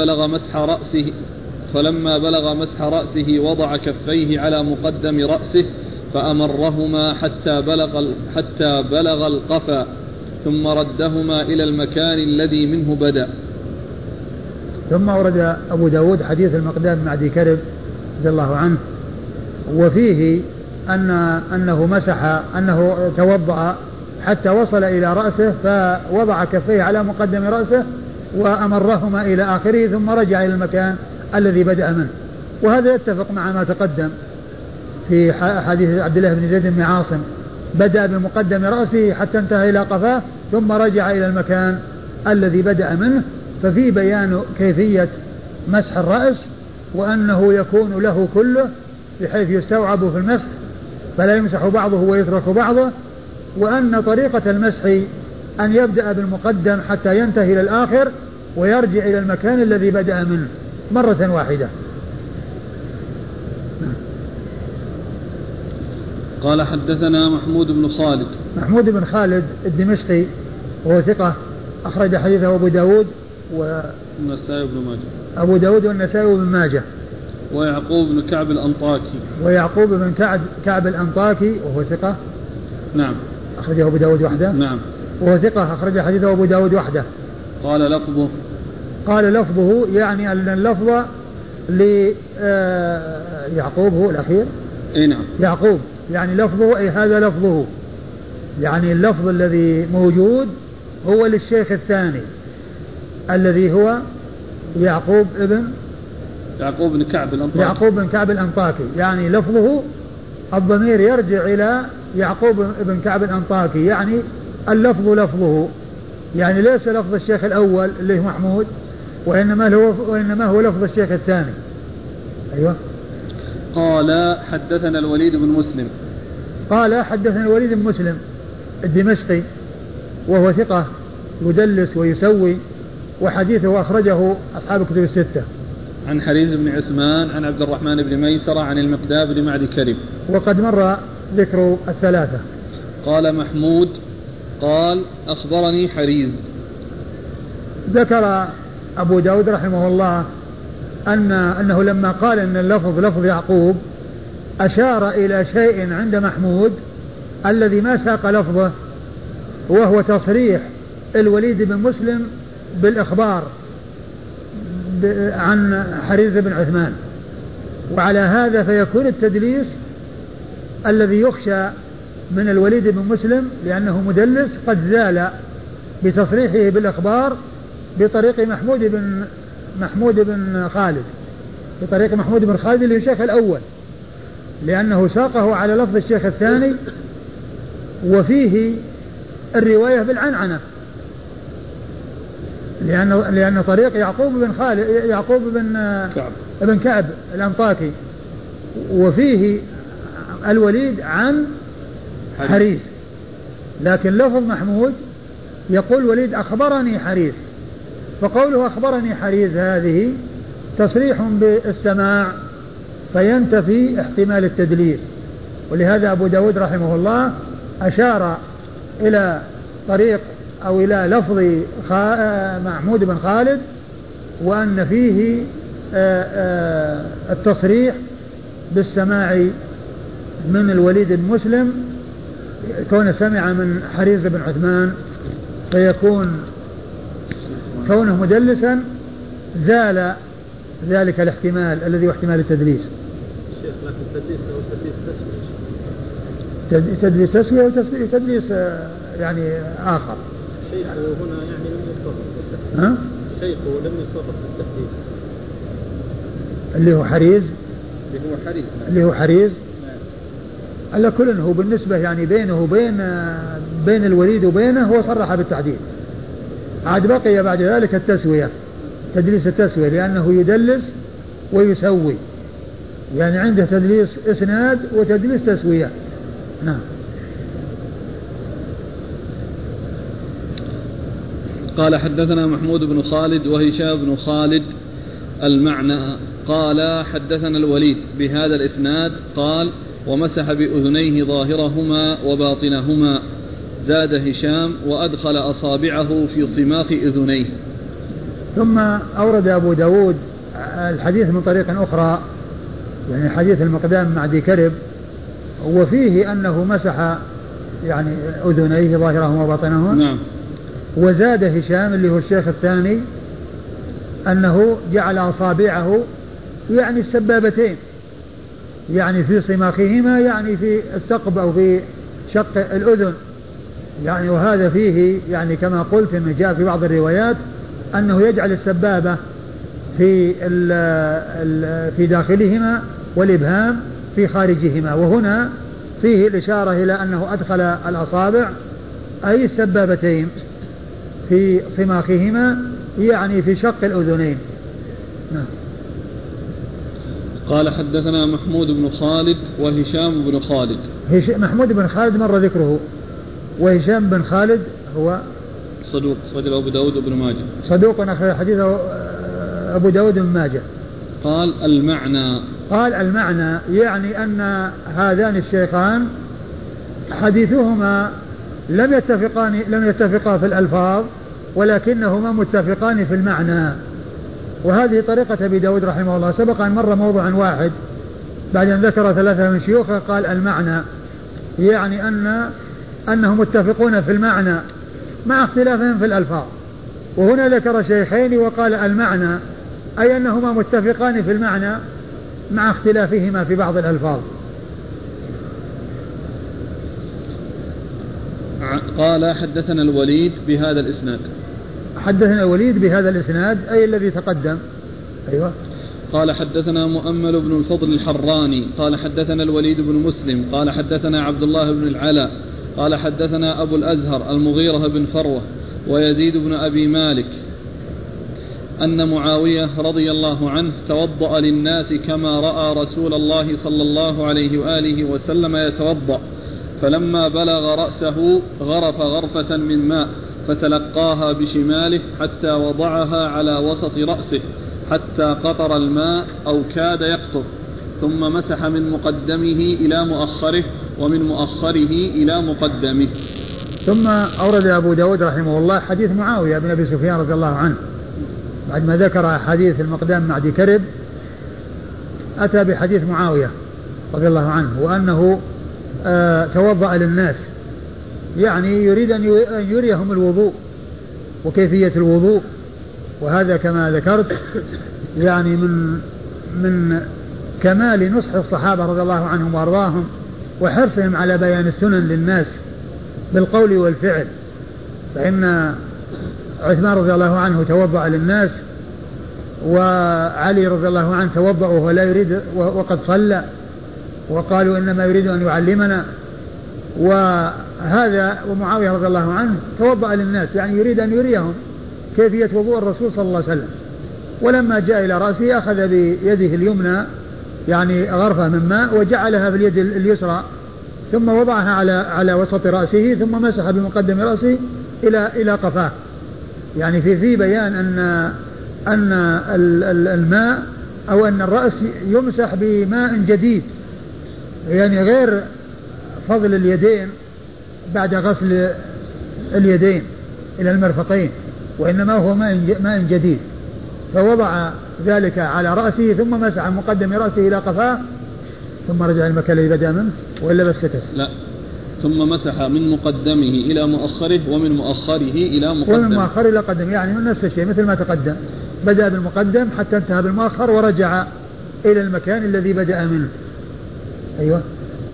بلغ مسح رأسه وضع كفيه على مقدم رأسه فأمرهما حتى بلغ القفا ثم ردهما إلى المكان الذي منه بدأ. ثم ورد أبو داود حديث المقدام بن معدي كرب رضي الله عنه، وفيه أنه توضأ حتى وصل إلى رأسه فوضع كفيه على مقدم رأسه وأمرهما إلى آخره ثم رجع إلى المكان الذي بدأ منه، وهذا يتفق مع ما تقدم في حديث عبد الله بن زيد بن عاصم، بدأ بمقدم رأسه حتى انتهى إلى قفاه ثم رجع إلى المكان الذي بدأ منه، ففي بيان كيفية مسح الرأس وأنه يكون له كله بحيث يستوعب في المسح فلا يمسح بعضه ويترك بعضه، وأن طريقة المسح أن يبدأ بالمقدم حتى ينتهي إلى الآخر ويرجع إلى المكان الذي بدأ منه مرة واحدة. قال حدثنا محمود بن خالد. محمود بن خالد الدمشقي وهو ثقة أخرج حديثه أبو داود والنسائي بن ماجه. أبو داود والنسائي بن ماجه. ويعقوب بن كعب الأنطاكي. ويعقوب بن كعب الأنطاكي وهو ثقة. نعم. أخرجه أبو داود وحده. نعم. وهو ثقة أخرج حديثه أبو داود وحده. قال لفظه. قال لفظه يعني أن اللفظ ليعقوب هو الأخير. إيه نعم. يعقوب يعني لفظه أي هذا لفظه، يعني اللفظ الذي موجود هو للشيخ الثاني الذي هو يعقوب بن كعب الأنطاكي، يعني لفظه الضمير يرجع إلى يعقوب بن كعب الأنطاكي، يعني اللفظ لفظه، يعني ليس لفظ الشيخ الأول اللي هو محمود، وإنما هو لفظ الشيخ الثاني. أيوة. قال حدثنا الوليد بن مسلم. قال حدثنا الوليد بن مسلم الدمشقي وهو ثقة يدلس ويسوي، وحديثه أخرجه أصحاب الكتب الستة. عن حريز بن عثمان عن عبد الرحمن بن ميسرة عن المقدام بن معدي كرب، وقد مر ذكر الثلاثة. قال محمود قال أخبرني حريز. ذكر أبو داود رحمه الله أنه لما قال أن اللفظ لفظ يعقوب أشار إلى شيء عند محمود الذي ما ساق لفظه، وهو تصريح الوليد بن مسلم بالإخبار عن حريز بن عثمان، وعلى هذا فيكون التدليس الذي يخشى من الوليد بن مسلم لأنه مدلس قد زال بتصريحه بالإخبار بطريق محمود بن خالد، بطريق محمود بن خالد اللي هو الشيخ الأول، لأنه ساقه على لفظ الشيخ الثاني، وفيه الرواية بالعنعنة، لأن طريق يعقوب بن كعب الأنطاكي، وفيه الوليد عن حريز، لكن لفظ محمود يقول وليد أخبرني حريز، فقوله أخبرني حريز هذه تصريح بالسماع فينتفي احتمال التدليس، ولهذا أبو داود رحمه الله أشار إلى طريق أو إلى لفظ محمود بن خالد وأن فيه التصريح بالسماع من الوليد بن مسلم كون سمع من حريز بن عثمان، فيكون كونه مدلسا زال ذلك الاحتمال الذي هو احتمال التدليس. شيخ لكن التدليس هو تدليس تسوية وتدليس يعني آخر. شيخ هنا يعني لم يصرف بالتحديد. شيخ لم يصرف بالتحديد. اللي هو حريز. اللي هو حريز. على كل هو بالنسبة يعني بينه بين الوليد وبينه هو صرح بالتحديد. عاد بقي بعد ذلك التسوية، تدليس التسوية، لأنه يدلس ويسوي، يعني عنده تدليس إسناد وتدليس تسوية. نعم. قال حدثنا محمود بن خالد وهشام بن خالد المعنى قال حدثنا الوليد بهذا الإسناد قال ومسح بأذنيه ظاهرهما وباطنهما. زاد هشام وأدخل أصابعه في صماخ أذنيه. ثم أورد أبو داود الحديث من طريق أخرى، يعني حديث المقدام مع ذي كرب، وفيه أنه مسح يعني أذنيه ظاهرهما وباطنهما. نعم. وزاد هشام اللي هو الشيخ الثاني أنه جعل أصابعه يعني السبابتين يعني في صماخهما، يعني في الثقب أو في شق الأذن يعني، وهذا فيه يعني كما قلت أنه جاء في بعض الروايات أنه يجعل السبابة في داخلهما والإبهام في خارجهما، وهنا فيه الإشارة إلى أنه أدخل الأصابع أي السبابتين في صماخهما يعني في شق الأذنين. نعم. قال حدثنا محمود بن خالد وهشام بن خالد. محمود بن خالد مر ذكره، وهشام بن خالد هو صدوق أخرجه أبو داود وابن ماجه. صدوق أخرج حديثه أبو داود وابن ماجه. قال المعنى يعني أن هذان الشيخان حديثهما لم يتفقا في الألفاظ ولكنهما متفقان في المعنى، وهذه طريقة أبي داود رحمه الله. سبق أن مر موضوع واحد بعد أن ذكر ثلاثة من شيوخه قال المعنى يعني أنهم متفقون في المعنى مع اختلافهم في الألفاظ، وهنا ذكر شيخين وقال المعنى أي أنهما متفقان في المعنى مع اختلافهما في بعض الألفاظ. قال حدثنا الوليد بهذا الإسناد. حدثنا الوليد بهذا الإسناد أي الذي تقدم. أيوة. قال حدثنا مؤمل بن الفضل الحراني قال حدثنا الوليد بن مسلم قال حدثنا عبد الله بن العلاء قال حدثنا أبو الأزهر المغيرة بن فروة ويزيد بن أبي مالك أن معاوية رضي الله عنه توضأ للناس كما رأى رسول الله صلى الله عليه وآله وسلم يتوضأ، فلما بلغ رأسه غرف غرفة من ماء فتلقاها بشماله حتى وضعها على وسط رأسه حتى قطر الماء أو كاد يقطر، ثم مسح من مقدمه إلى مؤخره ومن مؤخره إلى مقدمه. ثم أورد أبو داود رحمه الله حديث معاوية بن أبي سفيان رضي الله عنه بعد ما ذكر حديث المقدام مع ذي كرب أتى بحديث معاوية رضي الله عنه وأنه توضأ للناس، يعني يريد أن يريهم الوضوء وكيفية الوضوء، وهذا كما ذكرت يعني من كمال نصح الصحابة رضي الله عنهم وأرضاهم وحرصهم على بيان السنن للناس بالقول والفعل. فإن عثمان رضي الله عنه توضأ للناس، وعلي رضي الله عنه توضأ وهو لا يريد وقد صلى، وقالوا إنما يريد أن يعلمنا. وهذا ومعاوية رضي الله عنه توضأ للناس يعني يريد أن يريهم كيفية وضوء الرسول صلى الله عليه وسلم، ولما جاء إلى رأسه أخذ بيده اليمنى يعني غرفة من ماء وجعلها باليد اليسرى ثم وضعها على وسط رأسه ثم مسح بمقدم رأسه إلى قفاه. يعني في بيان أن الماء أو أن الرأس يمسح بماء جديد، يعني غير فضل اليدين بعد غسل اليدين إلى المرفقين، وإنما هو ماء جديد. فوضع ذلك على رأسه ثم مسح مقدم رأسه إلى قفاه ثم رجع المكان الذي بدأ منه، وإلا بس سكت. لا، ثم مسح من مقدمه إلى مؤخره ومن مؤخره إلى مقدمه. ومن مؤخره إلى قدم، يعني من نفس الشيء مثل ما تقدم، بدأ بالمقدم حتى انتهى بالمؤخر ورجع إلى المكان الذي بدأ منه. أيوة.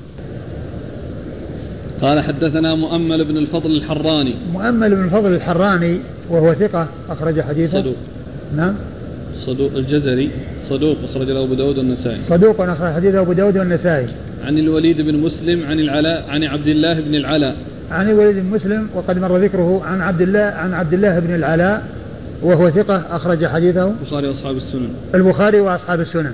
قال حدثنا مؤمل بن الفضل الحراني. مؤمل بن الفضل الحراني وهو ثقة أخرج حديثه. صدوق. نعم. صدوق الجزري صدوق أخرج له أبو داود والنسائي. صدوق أخرج حديثه أبو داود والنسائي. عن الوليد بن مسلم عن العلاء عن عبد الله بن العلاء. عن الوليد بن مسلم وقد مر ذكره عن عبد الله بن العلاء وهو ثقة أخرج حديثه البخاري وأصحاب السنن. البخاري وأصحاب السنن.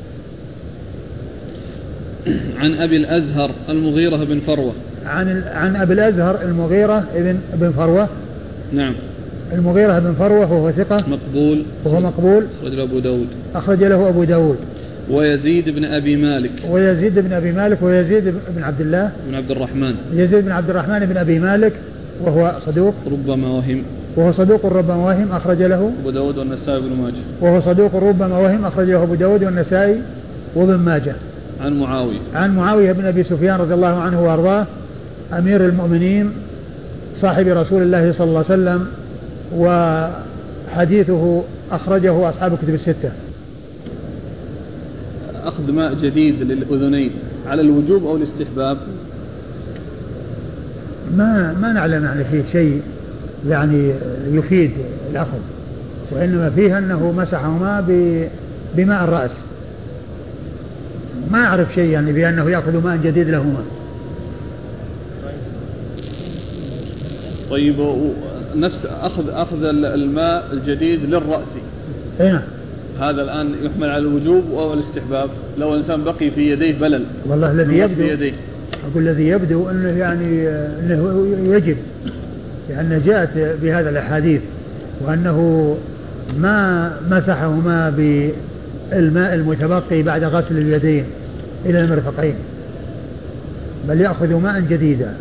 عن أبي الأزهر المغيرة بن فروة. عن أبي الأزهر المغيرة بن فروة. نعم. المغيرة بن فروة وهو ثقة مقبول. وهو مقبول أخرج له أبو داود. أخرج له أبو داود. ويزيد بن أبي مالك. ويزيد بن عبد الله بن عبد الرحمن. يزيد بن عبد الرحمن بن أبي مالك وهو صدوق ربما وهم. وهو صدوق ربما وهم أخرج له أبو داود والنسائي بن ماجه. وهو صدوق ربما وهم أخرج له أبو داود والنسائي وابن ماجه. عن معاوية بن أبي سفيان رضي الله عنه وأرضاه أمير المؤمنين صاحب رسول الله صلى الله عليه وسلم، وحديثه أخرجه أصحاب الكتب الستة. أخذ ماء جديد للأذنين على الوجوب أو الاستحباب؟ ما نعلم يعني فيه شيء يعني يفيد الأخذ، وإنما فيه أنه مسحهما بماء الرأس. ما أعرف شيء يعني بأنه يأخذ ماء جديد لهما. طيب، نفس أخذ الماء الجديد للرأس. هنا هذا الآن يحمل على الوجوب أو الاستحباب لو الإنسان بقي في يديه بلل؟ والله الذي يبدو أنه يعني أنه يجب، لأنه جاءت بهذا الأحاديث وأنه ما مسحهما بالماء المتبقي بعد غسل اليدين إلى المرفقين، بل يأخذ ماء جديدا.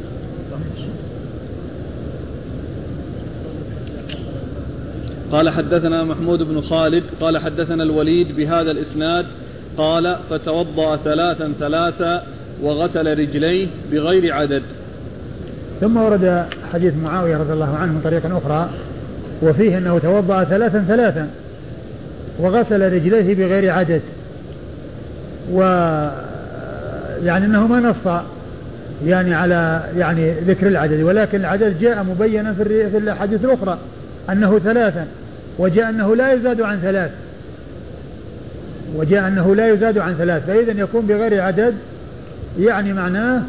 قال حدثنا محمود بن خالد قال حدثنا الوليد بهذا الإسناد قال فتوضأ ثلاثا وغسل رجليه بغير عدد. ثم ورد حديث معاوية رضي الله عنه من طريق أخرى وفيه أنه توضأ ثلاثا وغسل رجليه بغير عدد، ويعني أنه ما نص يعني على يعني ذكر العدد، ولكن العدد جاء مبينا في الأحاديث الأخرى أنه ثلاثا، وجاء أنه لا يزاد عن ثلاث، فإذا يكون بغير عدد يعني معناه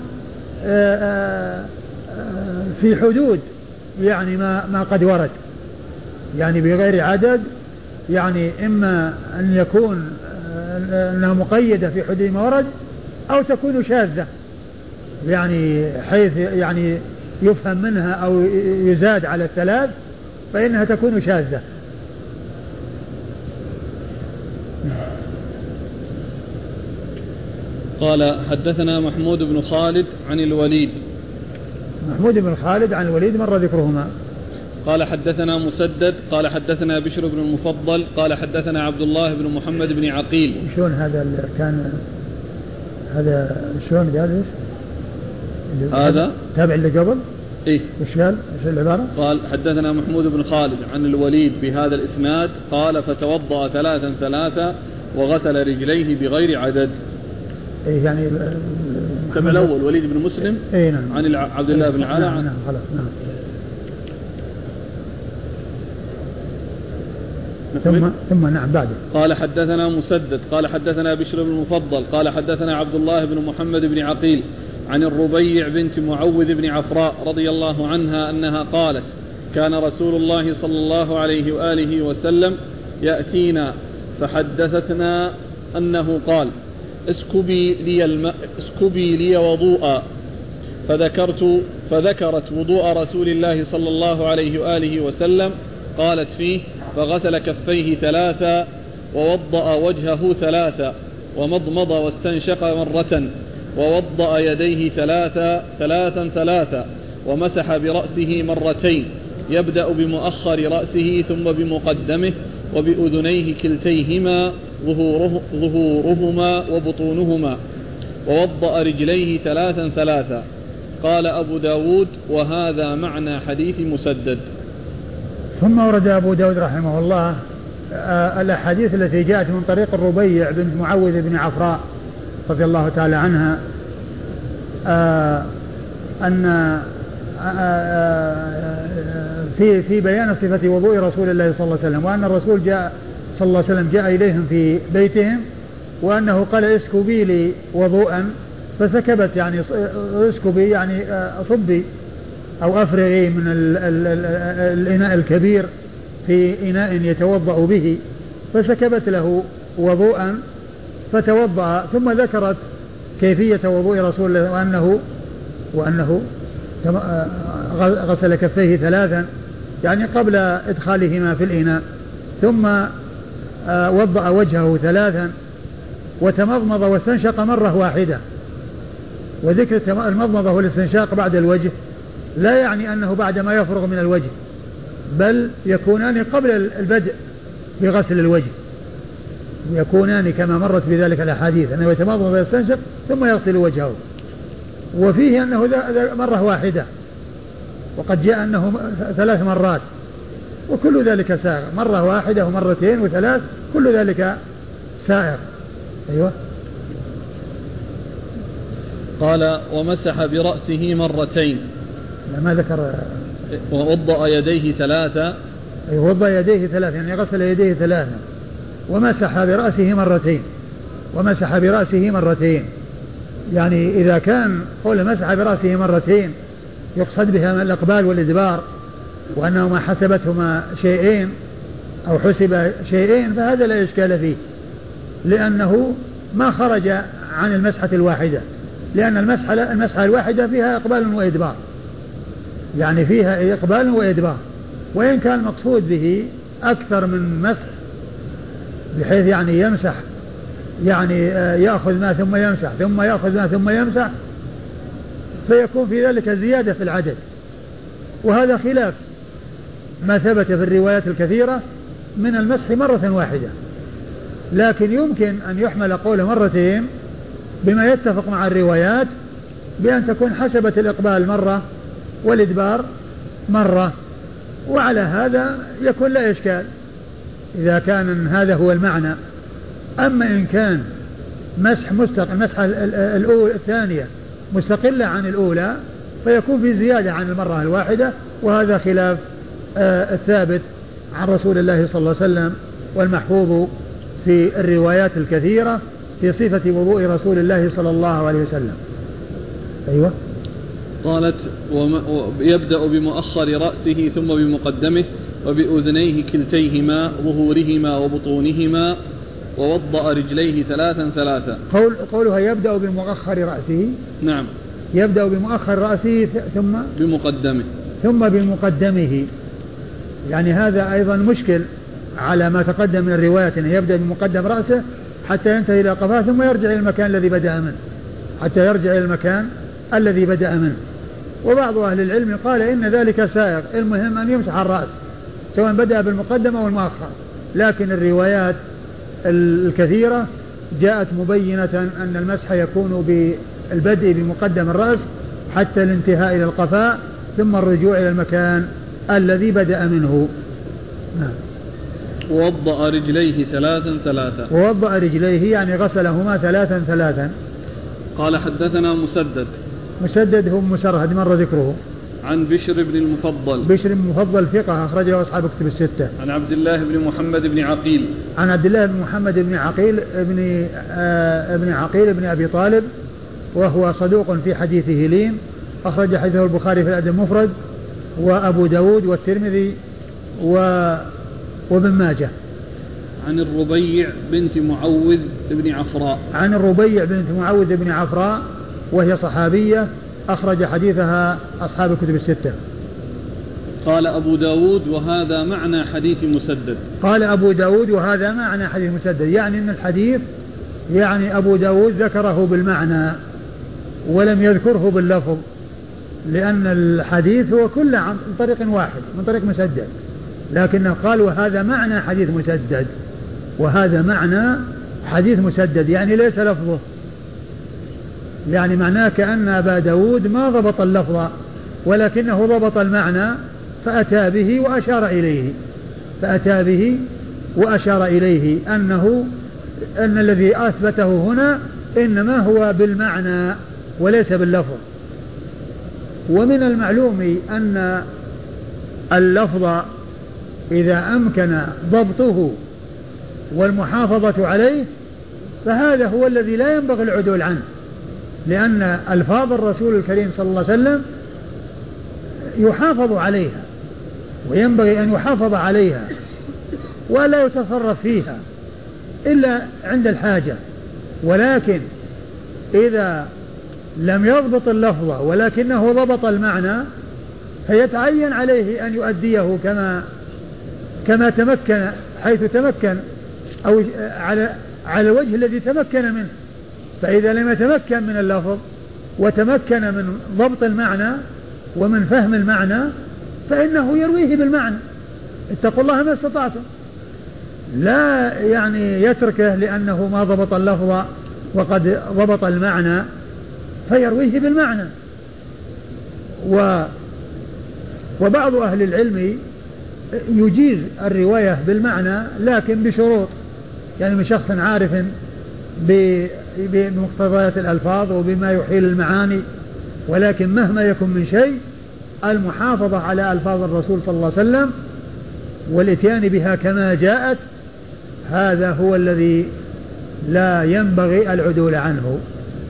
في حدود يعني ما قد ورد، يعني بغير عدد يعني إما أن يكون أنها مقيدة في حدود ما ورد أو تكون شاذة، يعني حيث يعني يفهم منها أو يزاد على الثلاث فإنها تكون شاذة. قال حدثنا محمود بن خالد عن الوليد. محمود بن خالد عن الوليد مر ذكرهما. قال حدثنا مسدد قال حدثنا بشر بن المفضل قال حدثنا عبد الله بن محمد بن عقيل. شلون هذا كان هذا شلون قال ايش؟ هذا تابع اللي قبل؟ ايه. ايش قال؟ ايش العبارة؟ قال حدثنا محمود بن خالد عن الوليد بهذا الاسناد قال فتوضأ ثلاثا وغسل رجليه بغير عدد. إيه يعني تبع الأول وليد بن مسلم. إيه نعم. عن عبد الله بن علاء. نعم خلاص نعم. ثم نعم بعده. قال حدثنا مسدد قال حدثنا بشر بن المفضل قال حدثنا عبد الله بن محمد بن عقيل عن الربيع بنت معوذ بن عفراء رضي الله عنها أنها قالت كان رسول الله صلى الله عليه وآله وسلم يأتينا فحدثتنا أنه قال اسكبي لي وضوءا، فذكرت فذكرت وضوء رسول الله صلى الله عليه وآله وسلم، قالت فيه: فغسل كفيه 3 ووضأ وجهه 3 ومضمض واستنشق 1 ووضأ يديه 3 ومسح برأسه 2 يبدأ بمؤخر رأسه ثم بمقدمه وبأذنيه كلتيهما ظهورهما وبطونهما، ووضأ رجليه 3. قال أبو داود: وهذا معنى حديث مسدد. ثم ورد أبو داود رحمه الله الأحاديث التي جاءت من طريق الربيع بنت معوذ بن عفراء رضي الله تعالى عنها، أن في بيان صفة وضوء رسول الله صلى الله عليه وسلم، وأن الرسول صلى الله عليه وسلم جاء إليهم في بيتهم، وأنه قال: اسكبي لي وضوءا، فسكبت يعني اسكبي يعني صبي أو أفرغي من الإناء الكبير في إناء يتوضأ به، فسكبت له وضوءا فتوضأ، ثم ذكرت كيفية وضوء رسول الله وأنه غسل كفيه 3 يعني قبل إدخالهما في الإناء، ثم وضأ وجهه 3 وتمضمض واستنشق 1 وذكر المضمضة والاستنشاق بعد الوجه لا يعني أنه بعد ما يفرغ من الوجه، بل يكونان قبل البدء بغسل الوجه، يكونان كما مرت بذلك الأحاديث أنه يتمضمض ويستنشق ثم يغسل وجهه، وفيه أنه 1 وقد جاء أنه 3 مرات، وكل ذلك سائغ، 1 و2 و3 كل ذلك سائغ. أيوة. قال: ومسح برأسه 2. ما ذكر. ووضأ يديه 3. وضأ يديه 3 يعني غسل يديه 3 ومسح برأسه 2 ومسح برأسه 2 يعني إذا كان قول مسح برأسه 2 يقصد بها الإقبال والإدبار، وأنهما حسبتهما شيئين أو حسب شيئين، فهذا لا إشكال فيه، لأنه ما خرج عن المسحة الواحدة، لأن المسحة الواحدة فيها إقبال وإدبار، يعني فيها إقبال وإدبار، وإن كان المقصود به أكثر من مسح بحيث يعني يمسح يعني يأخذ ما ثم يمسح ثم يأخذ ما ثم يمسح، فيكون في ذلك زيادة في العدد، وهذا خلاف ما ثبت في الروايات الكثيرة من المسح 1 لكن يمكن أن يحمل قوله 2 بما يتفق مع الروايات بأن تكون حسبت الإقبال 1 والإدبار 1، وعلى هذا يكون لا إشكال إذا كان هذا هو المعنى. أما إن كان المسحة الثانية مستقلة عن الأولى فيكون في زيادة عن 1 وهذا خلاف الثابت عن رسول الله صلى الله عليه وسلم والمحفوظ في الروايات الكثيرة في صفة وضوء رسول الله صلى الله عليه وسلم. أيوة. قالت: يبدأ بمؤخر رأسه ثم بمقدمه وبأذنيه كلتيهما ظهورهما وبطونهما ووضأ رجليه 3. قولها يبدأ بمؤخر رأسه. نعم. يبدأ بمؤخر رأسه ثم بمقدمه يعني هذا أيضا مشكل على ما تقدم من الروايات، أنه يبدأ بمقدم رأسه حتى ينتهي إلى قفاه ثم يرجع إلى المكان الذي بدأ منه، وبعض أهل العلم قال إن ذلك سائغ، المهم أن يمسح الرأس سواء بدأ بالمقدم أو المؤخر، لكن الروايات الكثيرة جاءت مبينة أن المسح يكون بالبدء بمقدم الرأس حتى الانتهاء إلى القفاء ثم الرجوع إلى المكان الذي بدأ منه. نعم. ووضأ رجليه 3. ووضأ رجليه يعني غسلهما 3. قال: حدثنا مسدد هو مسرهد مر ذكره. عن بشر بن المفضل ثقة أخرج له أصحاب كتب الستة. عن عبد الله بن محمد بن عقيل. عن عبد الله بن محمد بن عقيل ابن عقيل بن أبي طالب، وهو صدوق في حديثه لين، أخرج حديثه البخاري في الأدب المفرد وأبو داود والترمذي وابن ماجه. عن الربيع بنت معوذ بن عفراء. عن الربيع بنت معوذ بن عفراء وهي صحابية أخرج حديثها أصحاب الكتب الستة. قال أبو داود وهذا معنى حديث مسدد. قال أبو داود وهذا معنى حديث مسدد، يعني أن الحديث يعني أبو داود ذكره بالمعنى ولم يذكره باللفظ، لأن الحديث هو كله عن طريق واحد من طريق مسدد، لكنه قال وهذا معنى حديث مسدد، وهذا معنى حديث مسدد يعني ليس لفظه، يعني معناه كأن أبا داود ما ضبط اللفظ ولكنه ضبط المعنى فأتى به وأشار إليه أن الذي أثبته هنا إنما هو بالمعنى وليس باللفظ. ومن المعلوم أن اللفظ إذا أمكن ضبطه والمحافظة عليه فهذا هو الذي لا ينبغي العدول عنه، لأن ألفاظ الرسول الكريم صلى الله عليه وسلم يحافظ عليها وينبغي أن يحافظ عليها ولا يتصرف فيها إلا عند الحاجة، ولكن إذا لم يضبط اللفظ ولكنه ضبط المعنى فيتعين عليه أن يؤديه كما تمكن، حيث تمكن أو على الوجه الذي تمكن منه. فإذا لم يتمكن من اللفظ وتمكن من ضبط المعنى ومن فهم المعنى فإنه يرويه بالمعنى. اتقوا الله ما استطعتم، لا يعني يتركه لأنه ما ضبط اللفظ وقد ضبط المعنى فيرويه بالمعنى. وبعض أهل العلم يجيز الرواية بالمعنى لكن بشروط، يعني من شخص عارف بمقتضيات الألفاظ وبما يحيل المعاني، ولكن مهما يكن من شيء المحافظة على ألفاظ الرسول صلى الله عليه وسلم والاتيان بها كما جاءت، هذا هو الذي لا ينبغي العدول عنه.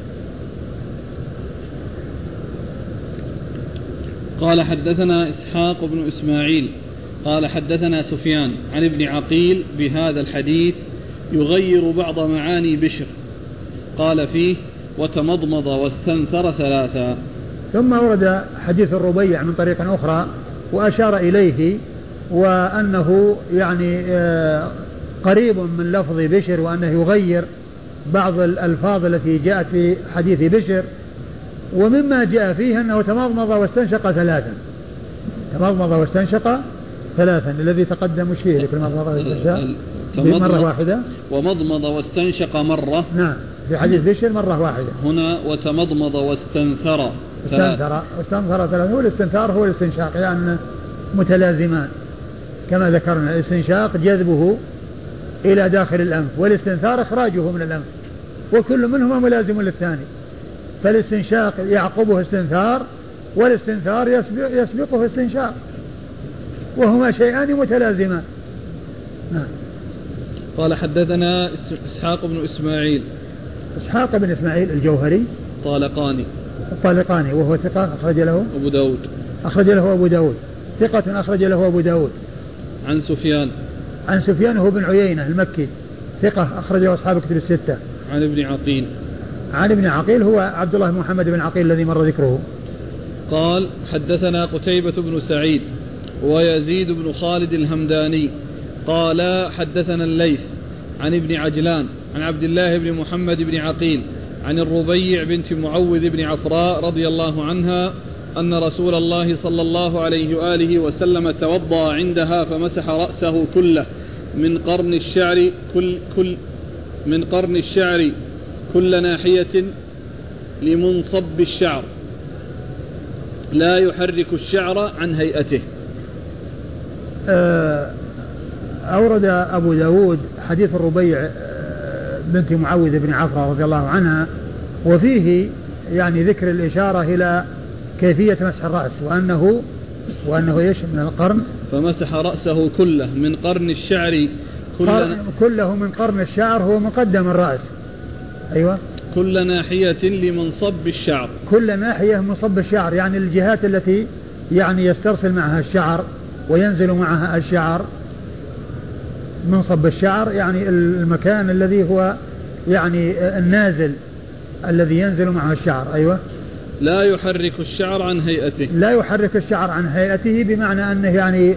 قال حدثنا إسحاق بن إسماعيل قال حدثنا سفيان عن ابن عقيل بهذا الحديث يغير بعض معاني بشر، قال فيه وتمضمض واستنثر ثلاثا. ثم ورد حديث الربيع من طريق أخرى وأشار إليه وأنه يعني قريب من لفظ بشر، وأنه يغير بعض الألفاظ التي جاءت في حديث بشر. ومما جاء فيه أنه تمضمض واستنشق ثلاثا، تمضمض واستنشق ثلاثا الذي تقدم فيه لكل مضمض واستنشق مرة واحدة، ومضمض واستنشق مرة. نعم في حديث بشر مرة واحدة. هنا وتمضمض واستنثر ثلاثا. والاستنثار هو الاستنشاق، يعني متلازمان كما ذكرنا. الاستنشاق جذبه إلى داخل الأنف، والاستنثار إخراجه من الأنف، وكل منهما ملازم للثاني. فالاستنشاق يعقبه استنثار، والاستنثار يسبقه استنشاق، وهما شيئان متلازمان. نعم. قال حدثنا إسحاق بن إسماعيل. إسحاق بن إسماعيل الجوهري الطالقاني وهو ثقة أخرج له أبو داود ثقة أخرج له أبو داود. عن سفيان هو بن عيينة المكي ثقة أخرجه أصحاب الكتب الستة. عن ابن عقيل هو عبد الله بن محمد بن عقيل الذي مر ذكره. قال حدثنا قتيبة بن سعيد ويزيد بن خالد الهمداني قال حدثنا الليث عن ابن عجلان عن عبد الله بن محمد بن عقيل عن الربيع بنت معوذ بن عفراء رضي الله عنها أن رسول الله صلى الله عليه وآله وسلم توضأ عندها فمسح رأسه كله من قرن الشعر كل ناحية لمنصب الشعر لا يحرك الشعر عن هيئته. أورد أبو داود حديث الربيع بنت معوذ بن عفراء رضي الله عنها، وفيه يعني ذكر الإشارة إلى كيفية مسح الرأس، وأنه يشمل من القرن، فمسح رأسه كله من قرن الشعر كله من قرن الشعر هو مقدم الرأس. أيوة. كل ناحية لمنصب الشعر، كل ناحية منصب الشعر يعني الجهات التي يعني يسترسل معها الشعر وينزل معها الشعر. منصب الشعر يعني المكان الذي هو يعني النازل الذي ينزل معه الشعر. أيوة. لا يحرك الشعر عن هيئته. لا يحرك الشعر عن هيئته بمعنى أنه يعني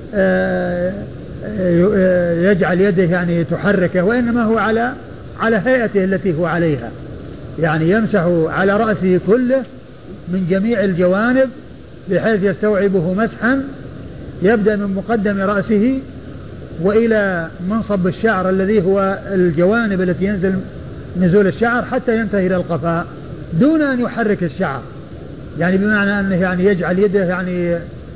يجعل يده يعني تحركه، وإنما هو على هيئته التي هو عليها، يعني يمسح على رأسه كله من جميع الجوانب بحيث يستوعبه مسحا، يبدأ من مقدم رأسه وإلى منصب الشعر الذي هو الجوانب التي ينزل نزول الشعر حتى ينتهي إلى القفاء دون أن يحرك الشعر، يعني بمعنى أنه يعني يجعل يده يعني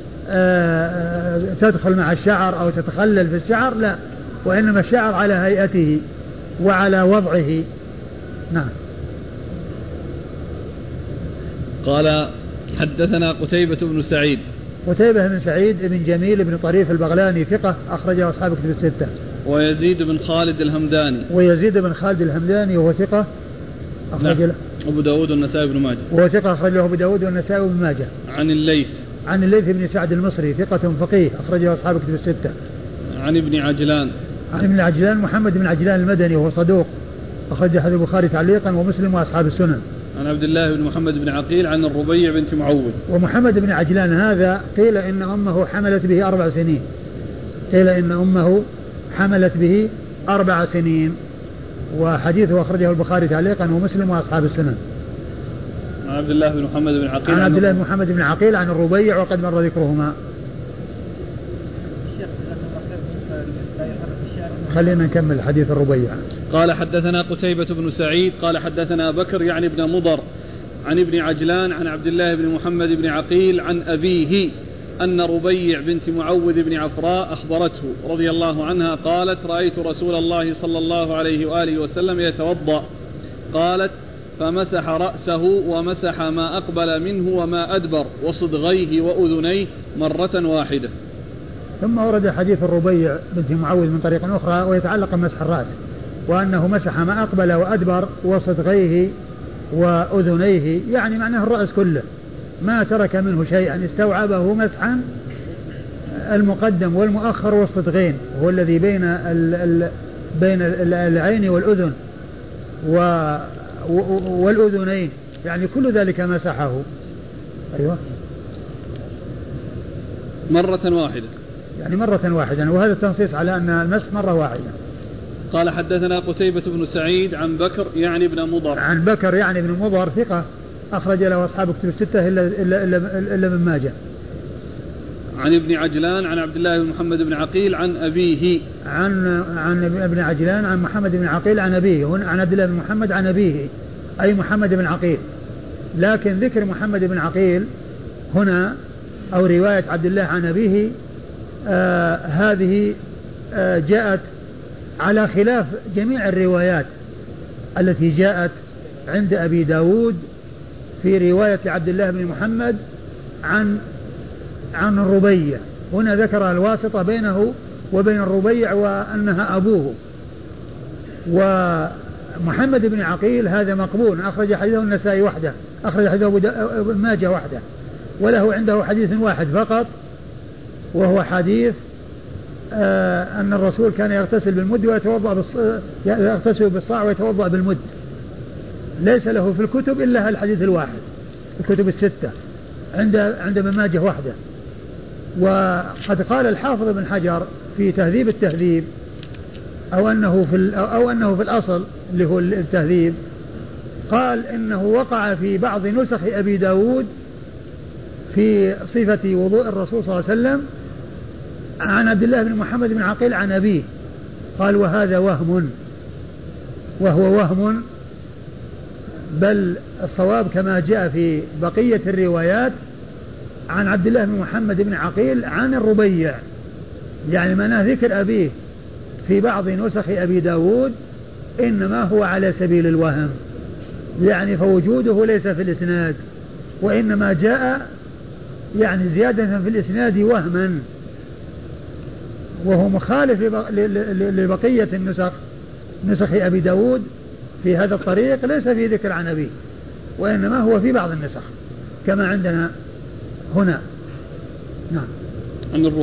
تدخل مع الشعر أو تتخلل في الشعر، لا، وإنما الشعر على هيئته وعلى وضعه. نعم. قال حدثنا قتيبة بن سعيد. قتيبة بن سعيد بن جميل بن طريف البغلاني ثقة أخرجه أصحاب كتب الستة. ويزيد بن خالد الهمداني. ويزيد بن خالد الهمداني وهو ثقة أخرج له أبو داود والنسائي بن ماجه. وهو ثقة أخرج له أبو داود والنسائي بن ماجه. عن الليث. عن الليث بن سعد المصري ثقة فقيه أخرجه أصحاب كتب الستة. عن ابن عجلان. عن ابن عجلان محمد بن عجلان المدني وهو صدوق أخرج حديث البخاري تعليقا ومسلم وأصحاب السنن. عن عبد الله بن محمد بن عقيل عن الربيع بنت معوذ. ومحمد بن عجلان هذا قيل إن أمه حملت به 4 سنين، قيل إن أمه حملت به 4 سنين، وحديثه أخرجه البخاري تعليقا ومسلم وأصحاب السنن. عن عبد الله بن محمد بن عقيل. عن عبد الله بن محمد بن عقيل عن الربيع وقد مر ذكرهما. خلينا نكمل حديث الربيع. قال حدثنا قتيبة بن سعيد قال حدثنا بكر يعني ابن مضر عن ابن عجلان عن عبد الله بن محمد بن عقيل عن أبيه أن ربيع بنت معوذ بن عفراء أخبرته رضي الله عنها قالت رأيت رسول الله صلى الله عليه وآله وسلم يتوضأ، قالت فمسح رأسه ومسح ما أقبل منه وما أدبر وصدغيه وأذنيه مرة واحدة. ثم ورد حديث الربيع بنت معوذ من طريق أخرى ويتعلق بمسح الرأس، وأنه مسح ما أقبل وأدبر وصدغيه وأذنيه، يعني معناه الرأس كله ما ترك منه شيئا، استوعبه مسحا المقدم والمؤخر والصدغين، هو الذي بين العين والأذن والأذنين، يعني كل ذلك مسحه. أيوة مرة واحدة، يعني مرة واحدة، وهذا التنصيص على أن المسح مرة واحدة. قال حدثنا قتيبة بن سعيد عن بكر يعني ابن مضر. عن بكر يعني ابن مضر ثقة أخرج له أصحاب كتب الستة إلا من ماجه. عن ابن عجلان عن عبد الله بن محمد بن عقيل عن أبيه. عن ابن عجلان عن محمد بن عقيل عن أبيه، هنا عن عبد الله بن محمد عن أبيه أي محمد بن عقيل، لكن ذكر محمد بن عقيل هنا أو رواية عبد الله عن أبيه هذه جاءت على خلاف جميع الروايات التي جاءت عند أبي داود في رواية عبد الله بن محمد عن الربيع. هنا ذكر الواسطة بينه وبين الربيع وأنها أبوه. ومحمد بن عقيل هذا مقبول، أخرج حديثه النسائي وحده، أخرج حديثه ابن ماجه وحده، وله عنده حديث واحد فقط، وهو حديث أن الرسول كان يغتسل بالمد يغتسل بالصاع ويتوضأ بالمد. ليس له في الكتب إلا الحديث الواحد، الكتب الستة عند ابن ماجه وحده. وقد قال الحافظ ابن حجر في تهذيب التهذيب أو أنه في الأصل اللي هو التهذيب، قال إنه وقع في بعض نسخ أبي داود في صفة وضوء الرسول صلى الله عليه وسلم عن عبد الله بن محمد بن عقيل عن أبيه، قال وهذا وهم، وهو وهم، بل الصواب كما جاء في بقية الروايات عن عبد الله بن محمد بن عقيل عن الربيع، يعني معناه ذكر أبيه في بعض نسخ أبي داود إنما هو على سبيل الوهم، يعني فوجوده ليس في الإسناد، وإنما جاء يعني زيادة في الإسناد وهما، وهو مخالف لبقية النسخ، نسخ أبي داود في هذا الطريق ليس في ذكر عن أبيه، وإنما هو في بعض النسخ كما عندنا هنا. نعم.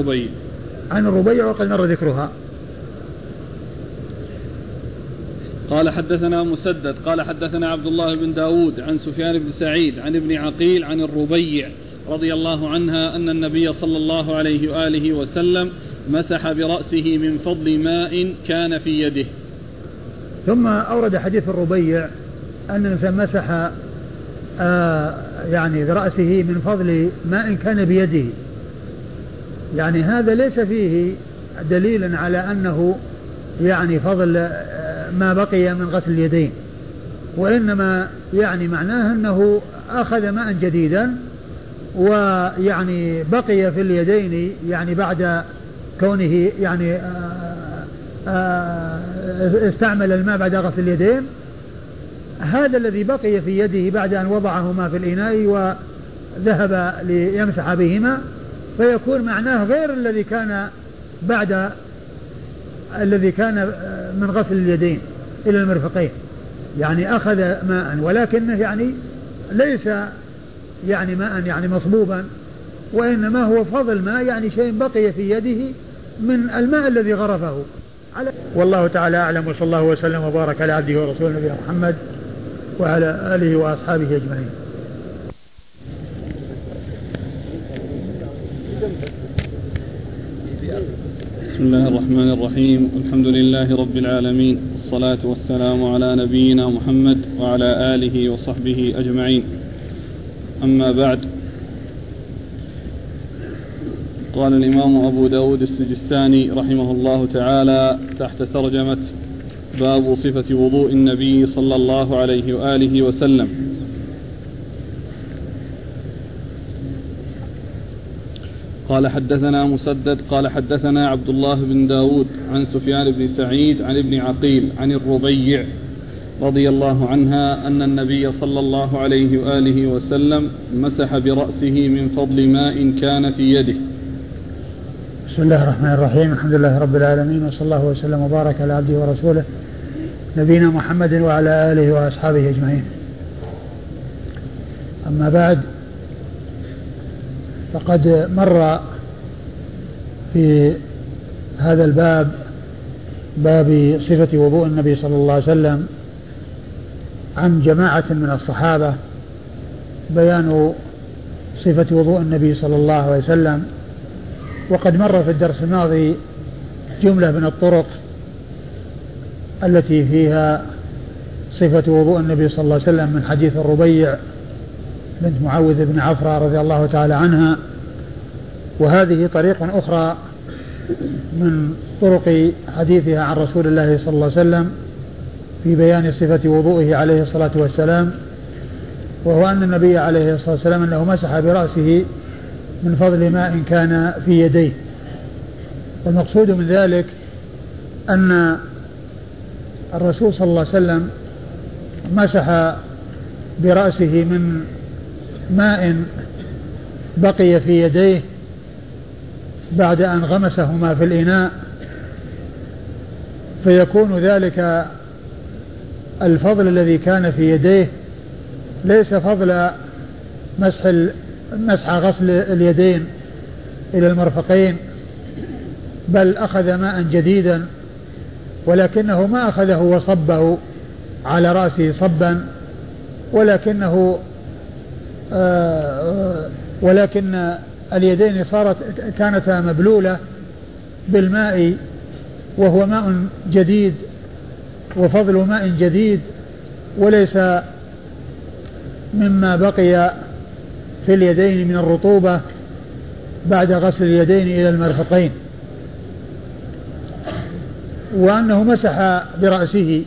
عن الربيع وقد مر ذكرها. قال حدثنا مسدد قال حدثنا عبد الله بن داود عن سفيان بن سعيد عن ابن عقيل عن الربيع رضي الله عنها أن النبي صلى الله عليه وآله وسلم مسح برأسه من فضل ماء كان في يده. ثم أورد حديث الربيع أن الإنسان مسح يعني برأسه من فضل ماء كان بيده، يعني هذا ليس فيه دليل على أنه يعني فضل ما بقي من غسل اليدين، وإنما يعني معناه أنه أخذ ماء جديدا ويعني بقي في اليدين يعني بعد كونه يعني استعمل الماء بعد غسل اليدين، هذا الذي بقي في يده بعد أن وضعهما في الإناء وذهب ليمسح بهما، فيكون معناه غير الذي كان بعد الذي كان من غسل اليدين إلى المرفقين، يعني أخذ ماء ولكنه يعني ليس يعني ماء يعني مصبوبا، وإنما هو فضل ماء يعني شيء بقي في يده من الماء الذي غرفه. والله تعالى أعلم، وصلى الله وسلم وبارك على عبده ورسوله نبينا محمد وعلى آله وأصحابه أجمعين. بسم الله الرحمن الرحيم، الحمد لله رب العالمين، والصلاة والسلام على نبينا محمد وعلى آله وصحبه أجمعين. أما بعد، قال الإمام أبو داود السجستاني رحمه الله تعالى تحت ترجمة باب صفة وضوء النبي صلى الله عليه وآله وسلم: قال حدثنا مسدد قال حدثنا عبد الله بن داود عن سفيان بن سعيد عن ابن عقيل عن الربيع رضي الله عنها أن النبي صلى الله عليه وآله وسلم مسح برأسه من فضل ماء كان في يده. بسم الله الرحمن الرحيم، الحمد لله رب العالمين، وصلى الله وسلم وبارك على عبده ورسوله نبينا محمد وعلى آله وأصحابه أجمعين. أما بعد، فقد مر في هذا الباب، باب صفة وضوء النبي صلى الله عليه وسلم، عن جماعة من الصحابة بيان صفة وضوء النبي صلى الله عليه وسلم. وقد مر في الدرس الماضي جملة من الطرق التي فيها صفة وضوء النبي صلى الله عليه وسلم من حديث الربيع بنت معوذ بن عفرة رضي الله تعالى عنها، وهذه طريق أخرى من طرق حديثها عن رسول الله صلى الله عليه وسلم في بيان صفة وضوئه عليه الصلاة والسلام، وهو أن النبي عليه الصلاة والسلام أنه مسح برأسه من فضل ماء كان في يديه. والمقصود من ذلك أن الرسول صلى الله عليه وسلم مسح برأسه من ماء بقي في يديه بعد أن غمسهما في الإناء، فيكون ذلك الفضل الذي كان في يديه ليس فضل مسح غسل اليدين إلى المرفقين، بل أخذ ماء جديدا، ولكنه ما أخذه وصبه على رأسه صبا، ولكن اليدين كانتا مبلولة بالماء، وهو ماء جديد وفضل ماء جديد، وليس مما بقي في اليدين من الرطوبة بعد غسل اليدين إلى المرفقين. وأنه مسح برأسه،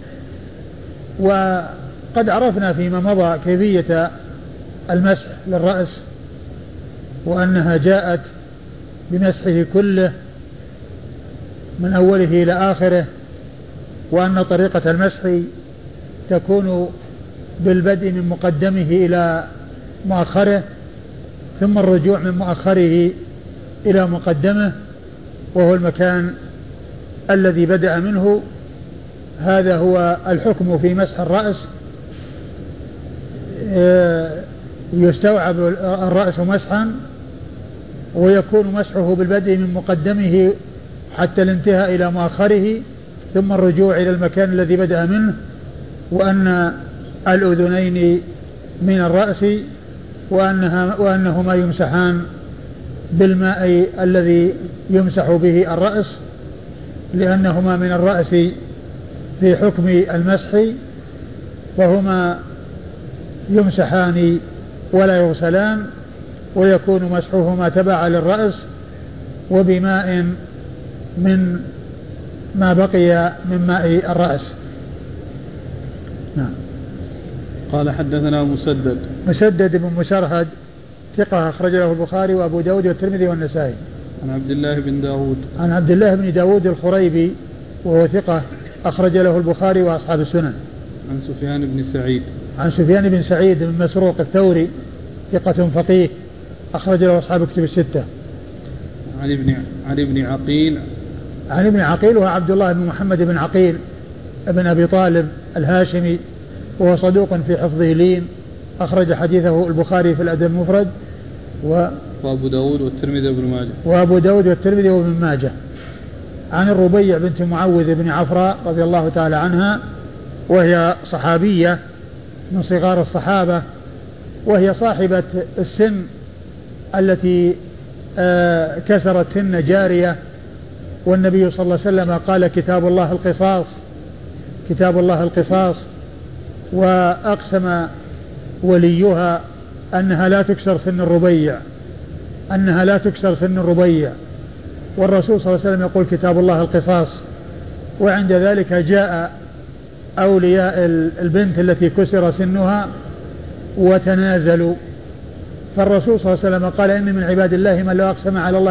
وقد عرفنا فيما مضى كيفية المسح للرأس، وأنها جاءت بمسحه كله من أوله إلى آخره، وأن طريقة المسح تكون بالبدء من مقدمه إلى مؤخره، ثم الرجوع من مؤخره إلى مقدمه، وهو المكان الذي بدأ منه. هذا هو الحكم في مسح الرأس. يستوعب الرأس مسحا، ويكون مسحه بالبدء من مقدمه حتى الانتهاء إلى مؤخره، ثم الرجوع إلى المكان الذي بدأ منه، وأن الأذنين من الرأس، وأنهما يمسحان بالماء الذي يمسح به الرأس، لأنهما من الرأس في حكم المسح، وهما يمسحان ولا يغسلان، ويكون مسحهما تبعا للرأس وبماء من ما بقي من ماء الرأس. نعم. قال حدثنا مسدد بن مسرهد ثقة أخرج له البخاري وأبو داود والترمذي والنسائي. عن عبد الله بن داود الخريبي وهو ثقة أخرج له البخاري وأصحاب السنن. عن سفيان بن سعيد بن مسروق الثوري ثقة فقيه أخرج له أصحاب كتب الستة. عن ابن عقيل وهو عبد الله بن محمد بن عقيل ابن أبي طالب الهاشمي، وهو صدوق في حفظه لين، أخرج حديثه البخاري في الأدب المفرد وأبو داود والترمذي وابن ماجه. عن الربيع بنت معوذ بن عفراء رضي الله تعالى عنها، وهي صحابية من صغار الصحابة، وهي صاحبة السن التي كسرت سن جارية، والنبي صلى الله عليه وسلم قال كتاب الله القصاص، وأقسم وليها أنها لا تكسر سن الربيع، والرسول صلى الله عليه وسلم يقول كتاب الله القصاص. وعند ذلك جاء أولياء البنت التي كسر سنها وتنازلوا، فالرسول صلى الله عليه وسلم قال إن من عباد الله من لو أقسم على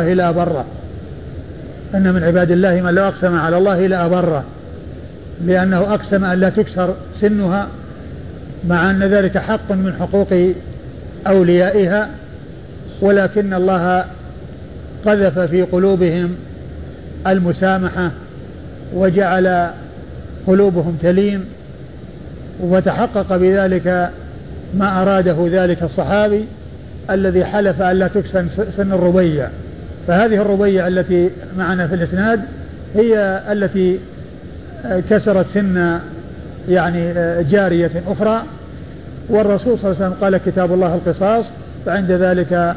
الله لا أبره، لأنه أقسم أن لا تكسر سنها، مع أن ذلك حق من حقوق أوليائها، ولكن الله قذف في قلوبهم المسامحة وجعل قلوبهم تلين، وتحقق بذلك ما أراده ذلك الصحابي الذي حلف أن لا تكسر سن الربيع. فهذه الربيع التي معنا في الإسناد هي التي كسرت سن جارية أخرى، والرسول صلى الله عليه وسلم قال كتاب الله القصاص، فعند ذلك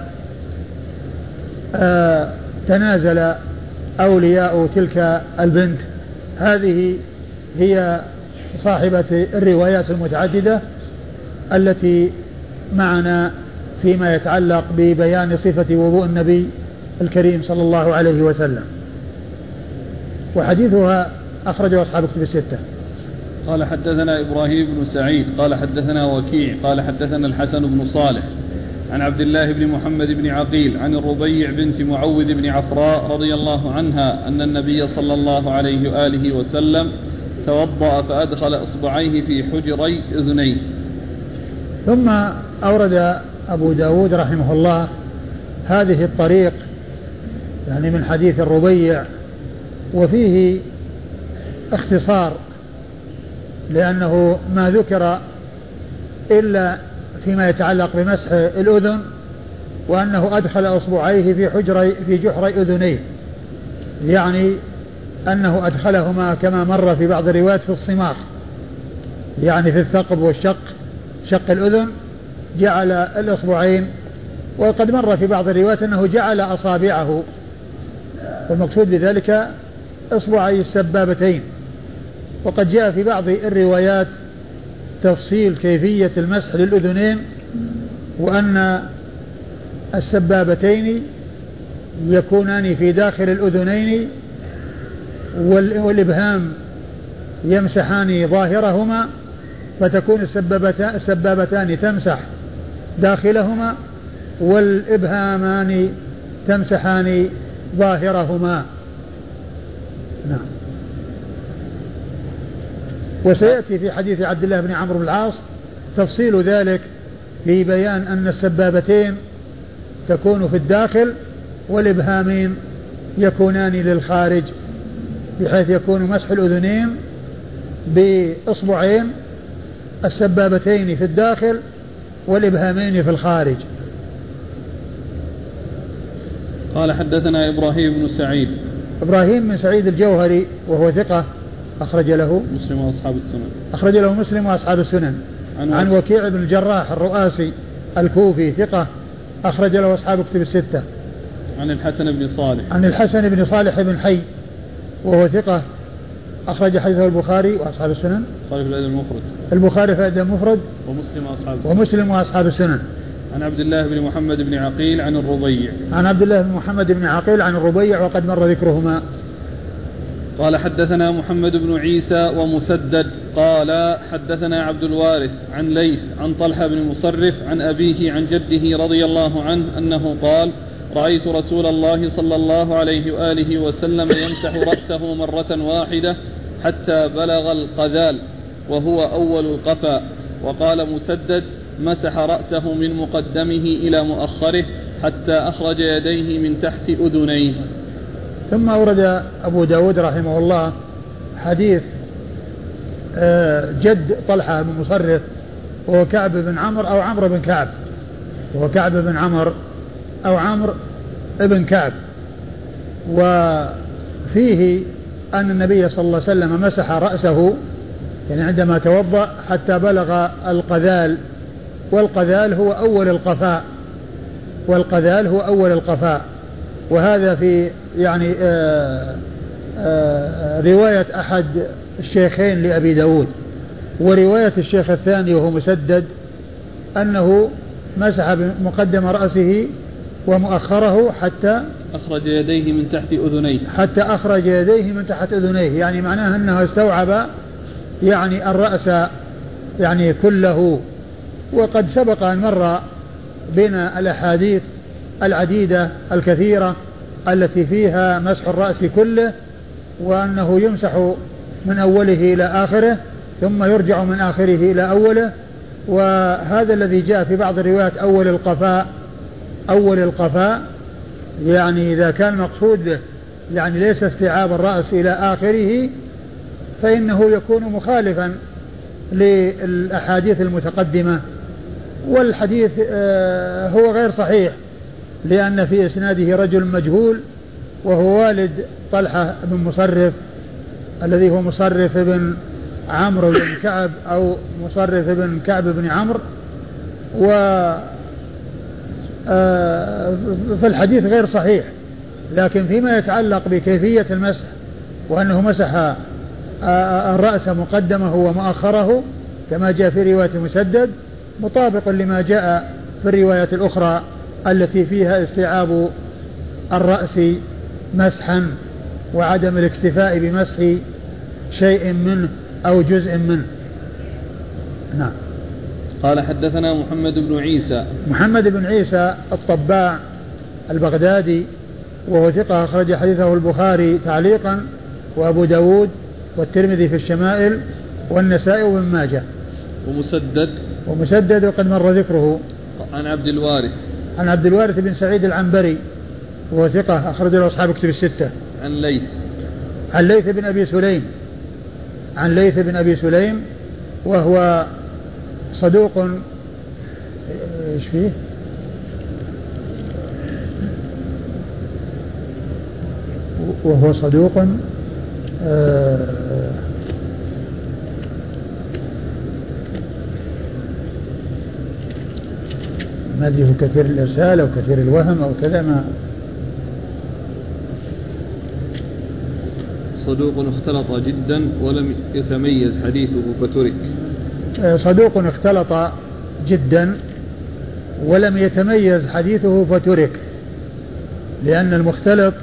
تنازل أولياء تلك البنت. هذه هي صاحبة الروايات المتعددة التي معنا فيما يتعلق ببيان صفة وضوء النبي الكريم صلى الله عليه وسلم، وحديثها أخرجه أصحاب كتب الستة. قال حدثنا إبراهيم بن سعيد قال حدثنا وكيع قال حدثنا الحسن بن صالح عن عبد الله بن محمد بن عقيل عن الربيع بنت معوذ بن عفراء رضي الله عنها أن النبي صلى الله عليه وآله وسلم توضأ فأدخل إصبعيه في حجري أذنيه. ثم أورد أبو داود رحمه الله هذه الطريق من حديث الربيع، وفيه اختصار، لأنه ما ذكر إلا فيما يتعلق بمسح الأذن، وأنه أدخل أصبعيه في جحري أذنيه، يعني أنه أدخلهما كما مر في بعض الروايات في الصماخ، يعني في الثقب والشق، شق الأذن جعل الأصبعين، وقد مر في بعض الروايات أنه جعل أصابعه، والمقصود بذلك إصبعي السبابتين. وقد جاء في بعض الروايات تفصيل كيفية المسح للأذنين، وأن السبابتين يكونان في داخل الأذنين، والإبهام يمسحان ظاهرهما، فتكون السبابتان تمسح داخلهما، والإبهامان تمسحان ظاهرهما. نعم. وسيأتي في حديث عبد الله بن عمرو بن العاص تفصيل ذلك في بيان أن السبابتين تكون في الداخل والإبهامين يكونان للخارج، بحيث يكون مسح الأذنين بإصبعين، السبابتين في الداخل والإبهامين في الخارج. قال حدثنا إبراهيم بن سعيد الجوهري وهو ثقة أخرج له مسلم وأصحاب السنن. أخرج له مسلم وأصحاب السنن. عن وكيع بن الجراح الرؤاسي الكوفي ثقة أخرج له أصحاب كتب الستة. عن الحسن بن صالح. عن الحسن بن صالح بن حي وهو ثقة أخرج حديثه البخاري وأصحاب السنن. البخاري في الأدب المفرد. البخاري في الأدب المفرد. ومسلم وأصحاب السنن. عن عبد الله بن محمد بن عقيل عن الربيع. عن عبد الله بن محمد بن عقيل عن الربيع وقد مر ذكرهما. قال حدثنا محمد بن عيسى ومسدد قال حدثنا عبد الوارث عن ليث عن طلحة بن مصرف عن أبيه عن جده رضي الله عنه أنه قال رأيت رسول الله صلى الله عليه وآله وسلم يمسح رأسه مرة واحدة حتى بلغ القذال وهو أول القفا. وقال مسدد مسح رأسه من مقدمه إلى مؤخره حتى أخرج يديه من تحت أذنيه. ثم أورد أبو داود رحمه الله حديث جد طلحة بن مصرف وهو كعب بن عمرو أو عمرو بن كعب، وهو كعب بن عمرو أو عمرو بن كعب. وفيه أن النبي صلى الله عليه وسلم مسح رأسه يعني عندما توضأ حتى بلغ القذال، والقذال هو أول القفاء، والقذال هو أول القفاء. وهذا في يعني رواية أحد الشيخين لأبي داود. ورواية الشيخ الثاني وهو مسدد أنه مسح بمقدم رأسه ومؤخره حتى أخرج يديه من تحت أذنيه، حتى أخرج يديه من تحت أذنيه، يعني معناه أنه استوعب يعني الرأس يعني كله. وقد سبق أن مر بنا الأحاديث العديدة الكثيرة التي فيها مسح الرأس كله، وأنه يمسح من أوله إلى آخره ثم يرجع من آخره إلى أوله. وهذا الذي جاء في بعض الروايات أول القفاء يعني إذا كان مقصود يعني ليس استيعاب الرأس إلى آخره فإنه يكون مخالفا للأحاديث المتقدمة. والحديث هو غير صحيح لأن في إسناده رجل مجهول وهو والد طلحة بن مصرف الذي هو مصرف بن عمرو بن كعب أو مصرف بن كعب بن عمرو. فالحديث غير صحيح. لكن فيما يتعلق بكيفية المسح وأنه مسح الرأس مقدمه ومؤخره كما جاء في رواية مسدد مطابق لما جاء في الرواية الأخرى التي فيها استيعاب الرأس مسحا وعدم الاكتفاء بمسح شيء منه أو جزء منه. نعم. قال حدثنا محمد بن عيسى الطباع البغدادي وهو ثقة أخرج حديثه البخاري تعليقا وأبو داود والترمذي في الشمائل والنسائي وابن ماجه. ومسدد وقد مر ذكره. عن عبد الوارث بن سعيد العنبري وهو ثقة أخرج له أصحاب كتب الستة. عن ليث بن أبي سليم وهو صدوق ايش فيه وهو صدوق ما ادري هو كثير الارسال او كثير الوهم او كذا ما صدوق اختلط جدا ولم يتميز حديثه فترك. صدوق اختلط جدا ولم يتميز حديثه فترك، لأن المختلط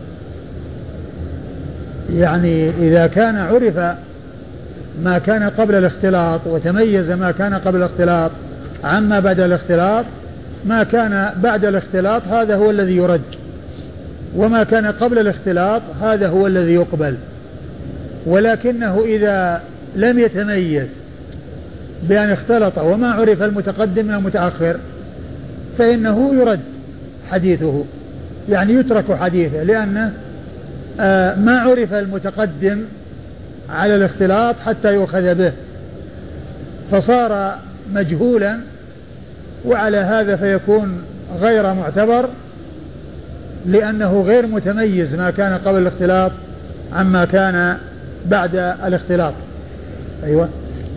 يعني إذا كان عرف ما كان قبل الاختلاط وتميز ما كان قبل الاختلاط عما بعد الاختلاط، ما كان بعد الاختلاط هذا هو الذي يرد، وما كان قبل الاختلاط هذا هو الذي يقبل. ولكنه إذا لم يتميز بأن اختلط وما عرف المتقدم من المتأخر فإنه يرد حديثه، يعني يترك حديثه، لأنه ما عرف المتقدم على الاختلاط حتى يؤخذ به فصار مجهولا، وعلى هذا فيكون غير معتبر لأنه غير متميز ما كان قبل الاختلاط عما كان بعد الاختلاط. أيوة.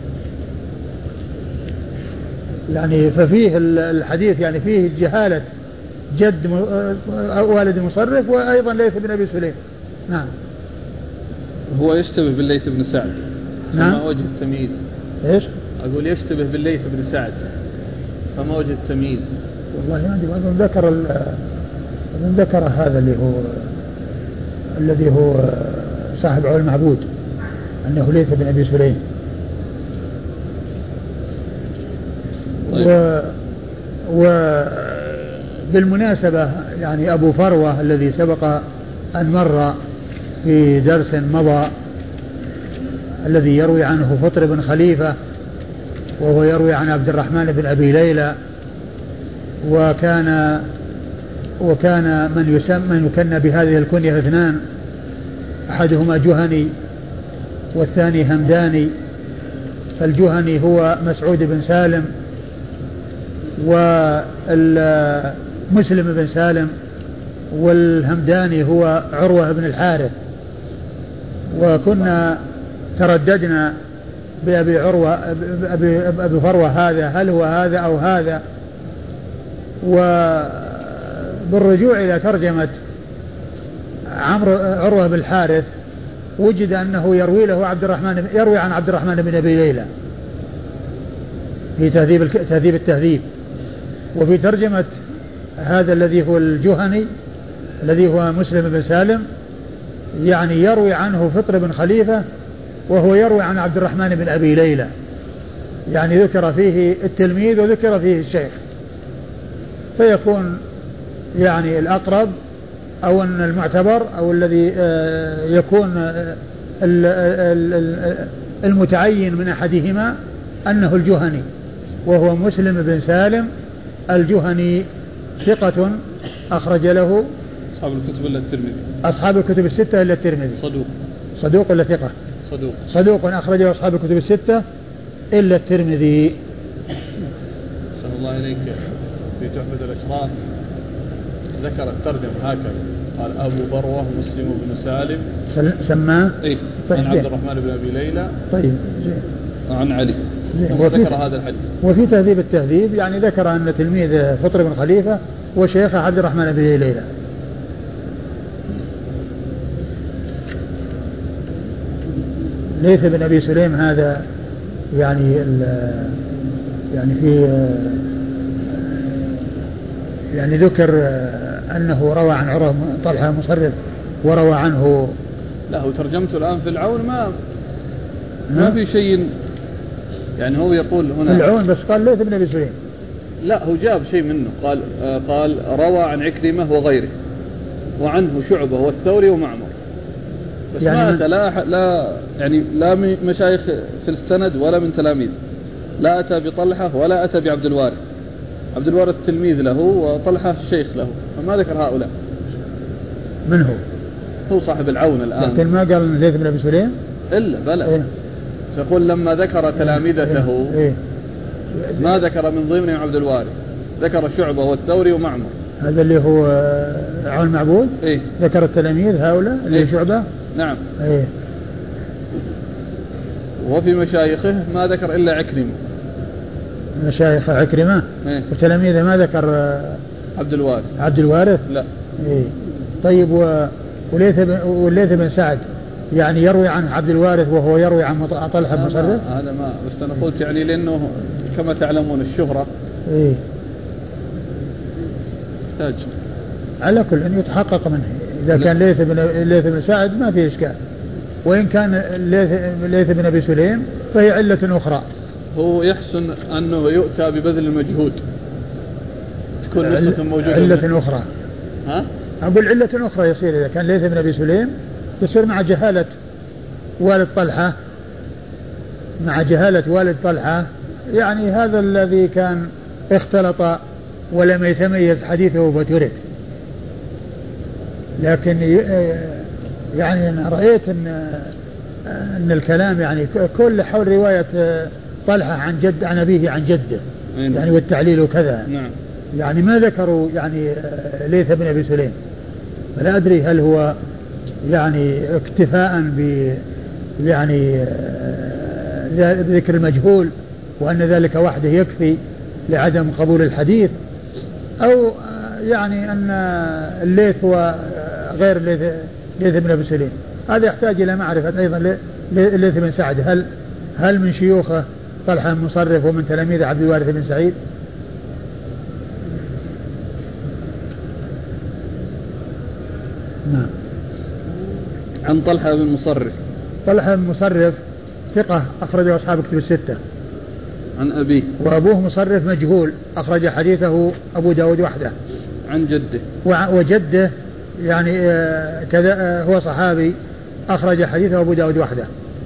يعني ففيه الحديث يعني فيه جهالة جد والد مصرف وأيضا ليث بن أبي سليم. نعم. هو يشتبه بالليث بن سعد. نعم. فما وجه التمييز؟ إيش؟ أقول يشتبه بالليث بن سعد فما وجه التمييز؟ والله ما أدري. من ذكر هذا الذي هو صاحب عون المعبود أنه ليث بن أبي سليم. طيب. وبالمناسبة يعني أبو فروة الذي سبق أن مر في درس مضى الذي يروي عنه فطر بن خليفة وهو يروي عن عبد الرحمن بن أبي ليلى وكان من يكنى بهذه الكنية اثنان أحدهما جهني والثاني همداني. فالجهني هو مسعود بن سالم ومسلم بن سالم والهمداني هو عروة بن الحارث. وكنا ترددنا بأبي أبي فروة هذا هل هو هذا أو هذا. وبالرجوع إلى ترجمة عروة بن الحارث وجد أنه يروي عن عبد الرحمن بن أبي ليلى في تهذيب التهذيب. وفي ترجمة هذا الذي هو الجهني الذي هو مسلم بن سالم يعني يروي عنه فطر بن خليفة وهو يروي عن عبد الرحمن بن أبي ليلى. يعني ذكر فيه التلميذ وذكر فيه الشيخ. فيكون يعني الأقرب أو أن المعتبر أو الذي يكون المتعين من أحدهما أنه الجهني وهو مسلم بن سالم الجهني ثقة أخرج له أصحاب الكتب إلا الترمذي. أصحاب الكتب الستة إلا الترمذي. صدوق ولا ثقة؟ صدوق أخرج له أصحاب الكتب الستة إلا الترمذي. صلى الله عليك. في تحفة الأشراف ذكر الترجمة هكذا قال أبو بروة مسلم بن سالم سماه إيه طيب. عن عبد الرحمن بن أبي ليلى طيب عن علي. وذكر هذا الحديث. وفي تهذيب التهذيب يعني ذكر أن تلميذ فطر بن خليفة وشيخ عبد الرحمن بن أبي ليلى. ليث بن أبي سليم هذا يعني في يعني ذكر أنه روى عن عروة طلحة مصرف وروى عنه. لا هو ترجمته الآن في العون ما في شيء يعني هو يقول هنا العون بس قال ليث بن أبي سليم. لا هو جاب شيء منه قال روى عن عكرمة وغيره وعنه شعبة والثوري ومعمر. بس يعني لا يعني لا مشايخ في السند ولا من تلاميذ. لا أتى بطلحة ولا أتى بعبد الوارث. عبد الوارث تلميذ له وطلحة الشيخ له فما ذكر هؤلاء. من هو صاحب العون الآن لكن ما قال ليث بن أبي سليم إلا بلى إيه؟ فقل لما ذكر تلامذته إيه؟ ما ذكر من ضمن عبد الوارث ذكر شعبة والثوري ومعمر. هذا اللي هو عون معبود إيه؟ ذكر التلاميذ هؤلاء اللي إيه؟ شعبة. نعم. إيه؟ وفي مشايخه ما ذكر إلا عكرمة. مشايخ عكرمة. إيه؟ وتلاميذه ما ذكر عبد الوارث. لا. إيه؟ طيب وليث بن سعد يعني يروي عن عبد الوارث وهو يروي عن طلحة بن مصرف. هذا ما بس أنا قلت يعني لأنه كما تعلمون الشهرة إيه؟ تحتاج على كل أن يتحقق منه. إذا كان ليث بن سعد ما في إشكال. وإن كان ليث بن أبي سليم فهي علة أخرى. هو يحسن أنه يؤتى ببذل المجهود تكون نسبة موجودة. علة أخرى. ها؟ أقول علة أخرى يصير إذا كان ليث بن أبي سليم يصير مع جهالة والد طلحة يعني هذا الذي كان اختلط ولم يتميز حديثه فترك. لكن يعني أنا رأيت أن الكلام يعني كل حول رواية طلحة عن أبيه عن جده يعني والتعليل وكذا. نعم. يعني ما ذكروا يعني ليث بن أبي سليم. فلا أدري هل هو يعني اكتفاء يعني ذكر المجهول وأن ذلك وحده يكفي لعدم قبول الحديث، أو يعني أن الليث هو غير ليث بن أبي سليم. هذا يحتاج إلى معرفة أيضا الليث بن سعد هل من شيوخه طلحة بن مصرف ومن تلاميذ عبد الوارث بن سعيد؟ نعم. عن طلحة بن مصرف. طلحة بن مصرف ثقة أخرجه أصحاب كتب الستة. عن أبيه. وأبوه مصرف مجهول أخرج حديثه أبو داود وحده. عن جده. وجده يعني كذا هو صحابي أخرج حديثه أبو داود وحده.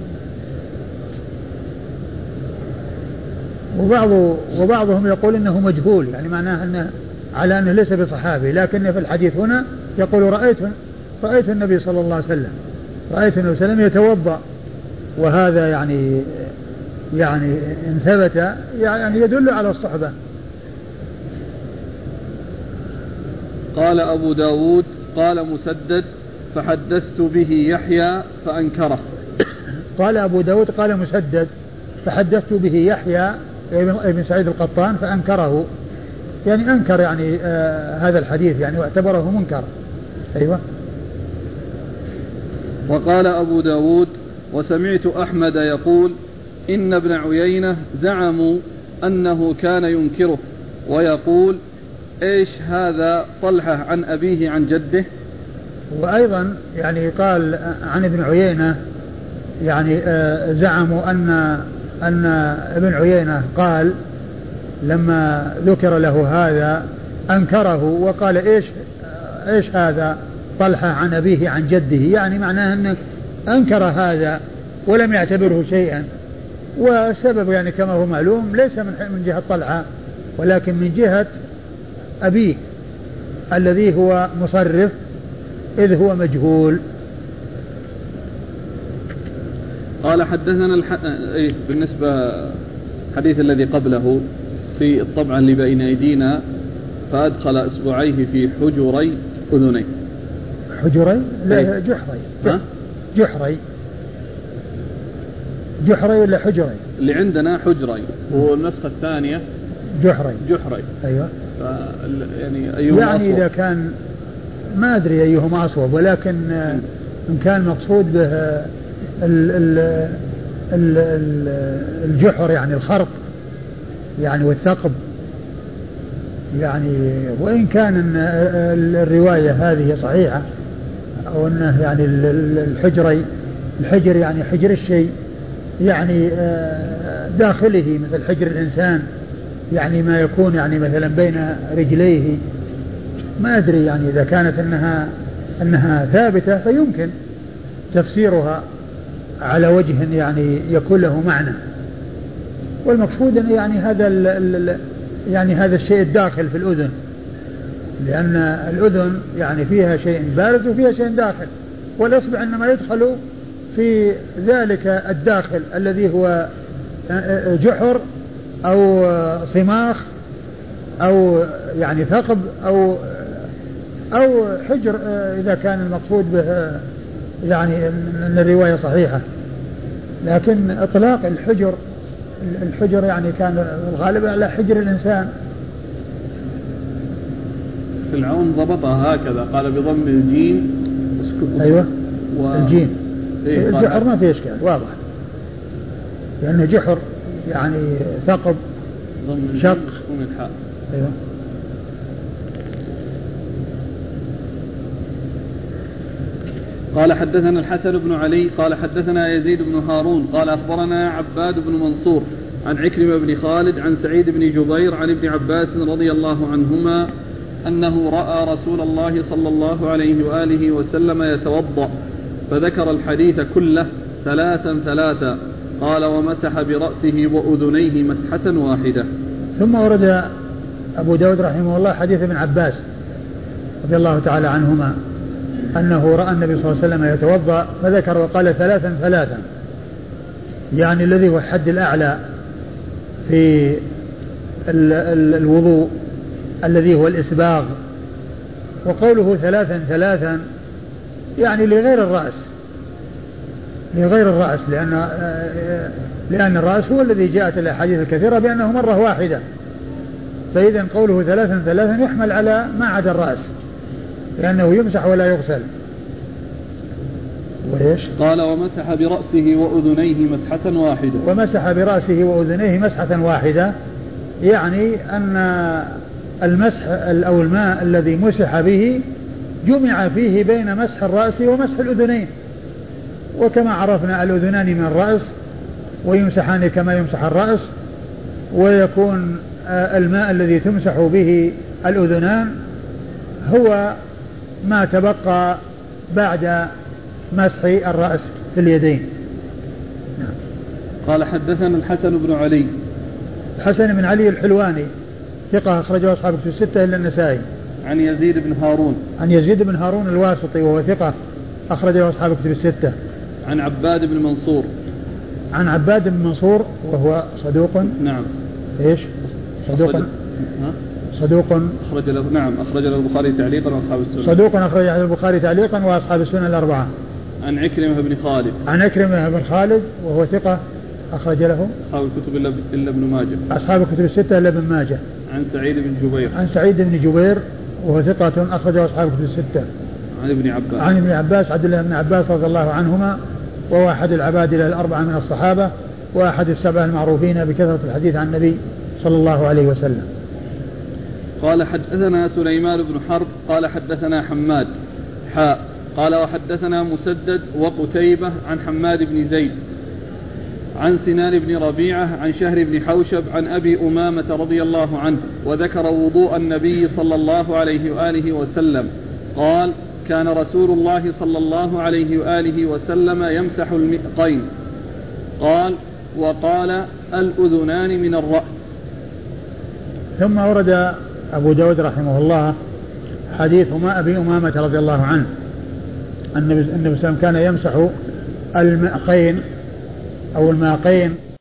وبعضهم يقول إنه مجهول، يعني معناه أنه على أنه ليس بصحابي، لكن في الحديث هنا يقول رأيت النبي صلى الله عليه وسلم، رأيت النبي صلى الله عليه وسلم يتوضأ، وهذا يعني إن ثبت يعني يدل على الصحبة. قال أبو داود قال مسدد فحدثت به يحيى فأنكره. قال أبو داود قال مسدد فحدثت به يحيى ابن سعيد القطان فأنكره، يعني أنكر يعني هذا الحديث يعني واعتبره منكر. أيوة. وقال أبو داود وسمعت أحمد يقول إن ابن عيينة زعموا أنه كان ينكره ويقول إيش هذا طلحة عن أبيه عن جده. وأيضا يعني قال عن ابن عيينة يعني زعموا أن ابن عيينة قال لما ذكر له هذا أنكره وقال إيش هذا طلحة عن أبيه عن جده، يعني معناه أنه أنكر هذا ولم يعتبره شيئا. والسبب يعني كما هو معلوم ليس من جهة طلحة ولكن من جهة أبيه الذي هو مصرف إذ هو مجهول. قال حدثنا بالنسبة الحديث الذي قبله في الطبعة اللي بين أيدينا فأدخل إصبعيه في حجري أذنيه. حجري؟ لا جحري ولا حجري؟ اللي عندنا حجري والنسخة الثانية جحري. أيوة. يعني أيهما يعني إذا كان ما أدري أيهما أصوب، ولكن إن كان مقصود به الجحر يعني الخرق يعني والثقب، يعني وإن كان الرواية هذه صحيحة أو أنه يعني الحجر يعني حجر الشيء يعني داخله مثل حجر الإنسان، يعني ما يكون يعني مثلا بين رجليه، ما أدري يعني إذا كانت أنها ثابتة فيمكن تفسيرها على وجه يعني يكون له معنى. والمقصود أن يعني هذا الشيء الداخل في الأذن، لأن الأذن يعني فيها شيء بارز وفيها شيء داخل، والإصبع إنما يدخل في ذلك الداخل الذي هو جحر أو صماخ أو يعني ثقب أو حجر إذا كان المقصود به يعني أن الرواية صحيحة. لكن إطلاق الحجر يعني كان الغالب على حجر الإنسان. في العون ضبطها هكذا قال بضم الجيم. أيوة الجيم. الجحر ما فيه إشكال واضح، لأنه جحر يعني ثقب شق. أيوة. قال حدثنا الحسن بن علي قال حدثنا يزيد بن هارون قال أخبرنا عباد بن منصور عن عكرمة بن خالد عن سعيد بن جبير عن ابن عباس رضي الله عنهما أنه رأى رسول الله صلى الله عليه وآله وسلم يتوضأ فذكر الحديث كله ثلاثا قال ومسح برأسه وأذنيه مسحة واحدة. ثم ورد أبو داود رحمه الله حديث ابن عباس رضي الله تعالى عنهما أنه رأى النبي صلى الله عليه وسلم يتوضأ فذكر وقال ثلاثا، يعني الذي هو الحد الأعلى في الوضوء الذي هو الإسباغ. وقوله ثلاثا يعني لغير الرأس، لغير الرأس، لأن الرأس هو الذي جاءت الأحاديث الكثيرة بأنه مرة واحدة، فإذا قوله ثلاثا يحمل على ما عدا الرأس لأنه يمسح ولا يغسل. وإيش؟ قال ومسح برأسه وأذنيه مسحة واحدة. ومسح برأسه وأذنيه مسحة واحدة، يعني أن المسح أو الماء الذي مسح به جمع فيه بين مسح الرأس ومسح الأذنين، وكما عرفنا الأذنان من الرأس ويمسحان كما يمسح الرأس، ويكون الماء الذي تمسح به الأذنان هو ما تبقى بعد مسح الرأس في اليدين. قال حدثنا الحسن بن علي. الحسن بن علي الحلواني ثقة أخرجه أصحاب الكتب الستة إلا النسائي. عن يزيد بن هارون. عن يزيد بن هارون الواسطي وهو ثقة أخرجه أصحاب الكتب الستة. عن عباد بن منصور. عن عباد بن منصور وهو صدوق. نعم. إيش؟ صدوق أخرج له. نعم أخرج له البخاري تعليقا وأصحاب السنن. صدوق أخرج له البخاري تعليقا وأصحاب السنن الأربعة. عن عكرمة بن خالد. عن عكرمة بن خالد وهو ثقة أخرج له أصحاب الكتب إلا ابن ماجه. أصحاب الكتب الستة إلا ابن ماجه. عن سعيد بن جبير. عن سعيد بن جبير وهو ثقة أخرجه أصحاب الكتب الستة. عن ابن عباس. عن ابن عباس عبد الله بن عباس رضي الله عنهما، وهو أحد العبادلة الأربعة من الصحابة وأحد السبع المعروفين بكثرة الحديث عن النبي صلى الله عليه وسلم. قال حدثنا سليمان بن حرب قال حدثنا حماد قال وحدثنا مسدد وقتيبة عن حماد بن زيد عن سنان بن ربيعة عن شهر بن حوشب عن أبي أمامة رضي الله عنه، وذكر وضوء النبي صلى الله عليه وآله وسلم قال كان رسول الله صلى الله عليه وآله وسلم يمسح المئقين. وقال الأذنان من الرأس. ثم ورد أبو داود رحمه الله حديث أبي أمامة رضي الله عنه أن النبي صلى الله عليه وسلم كان يمسح المئقين أو الماقين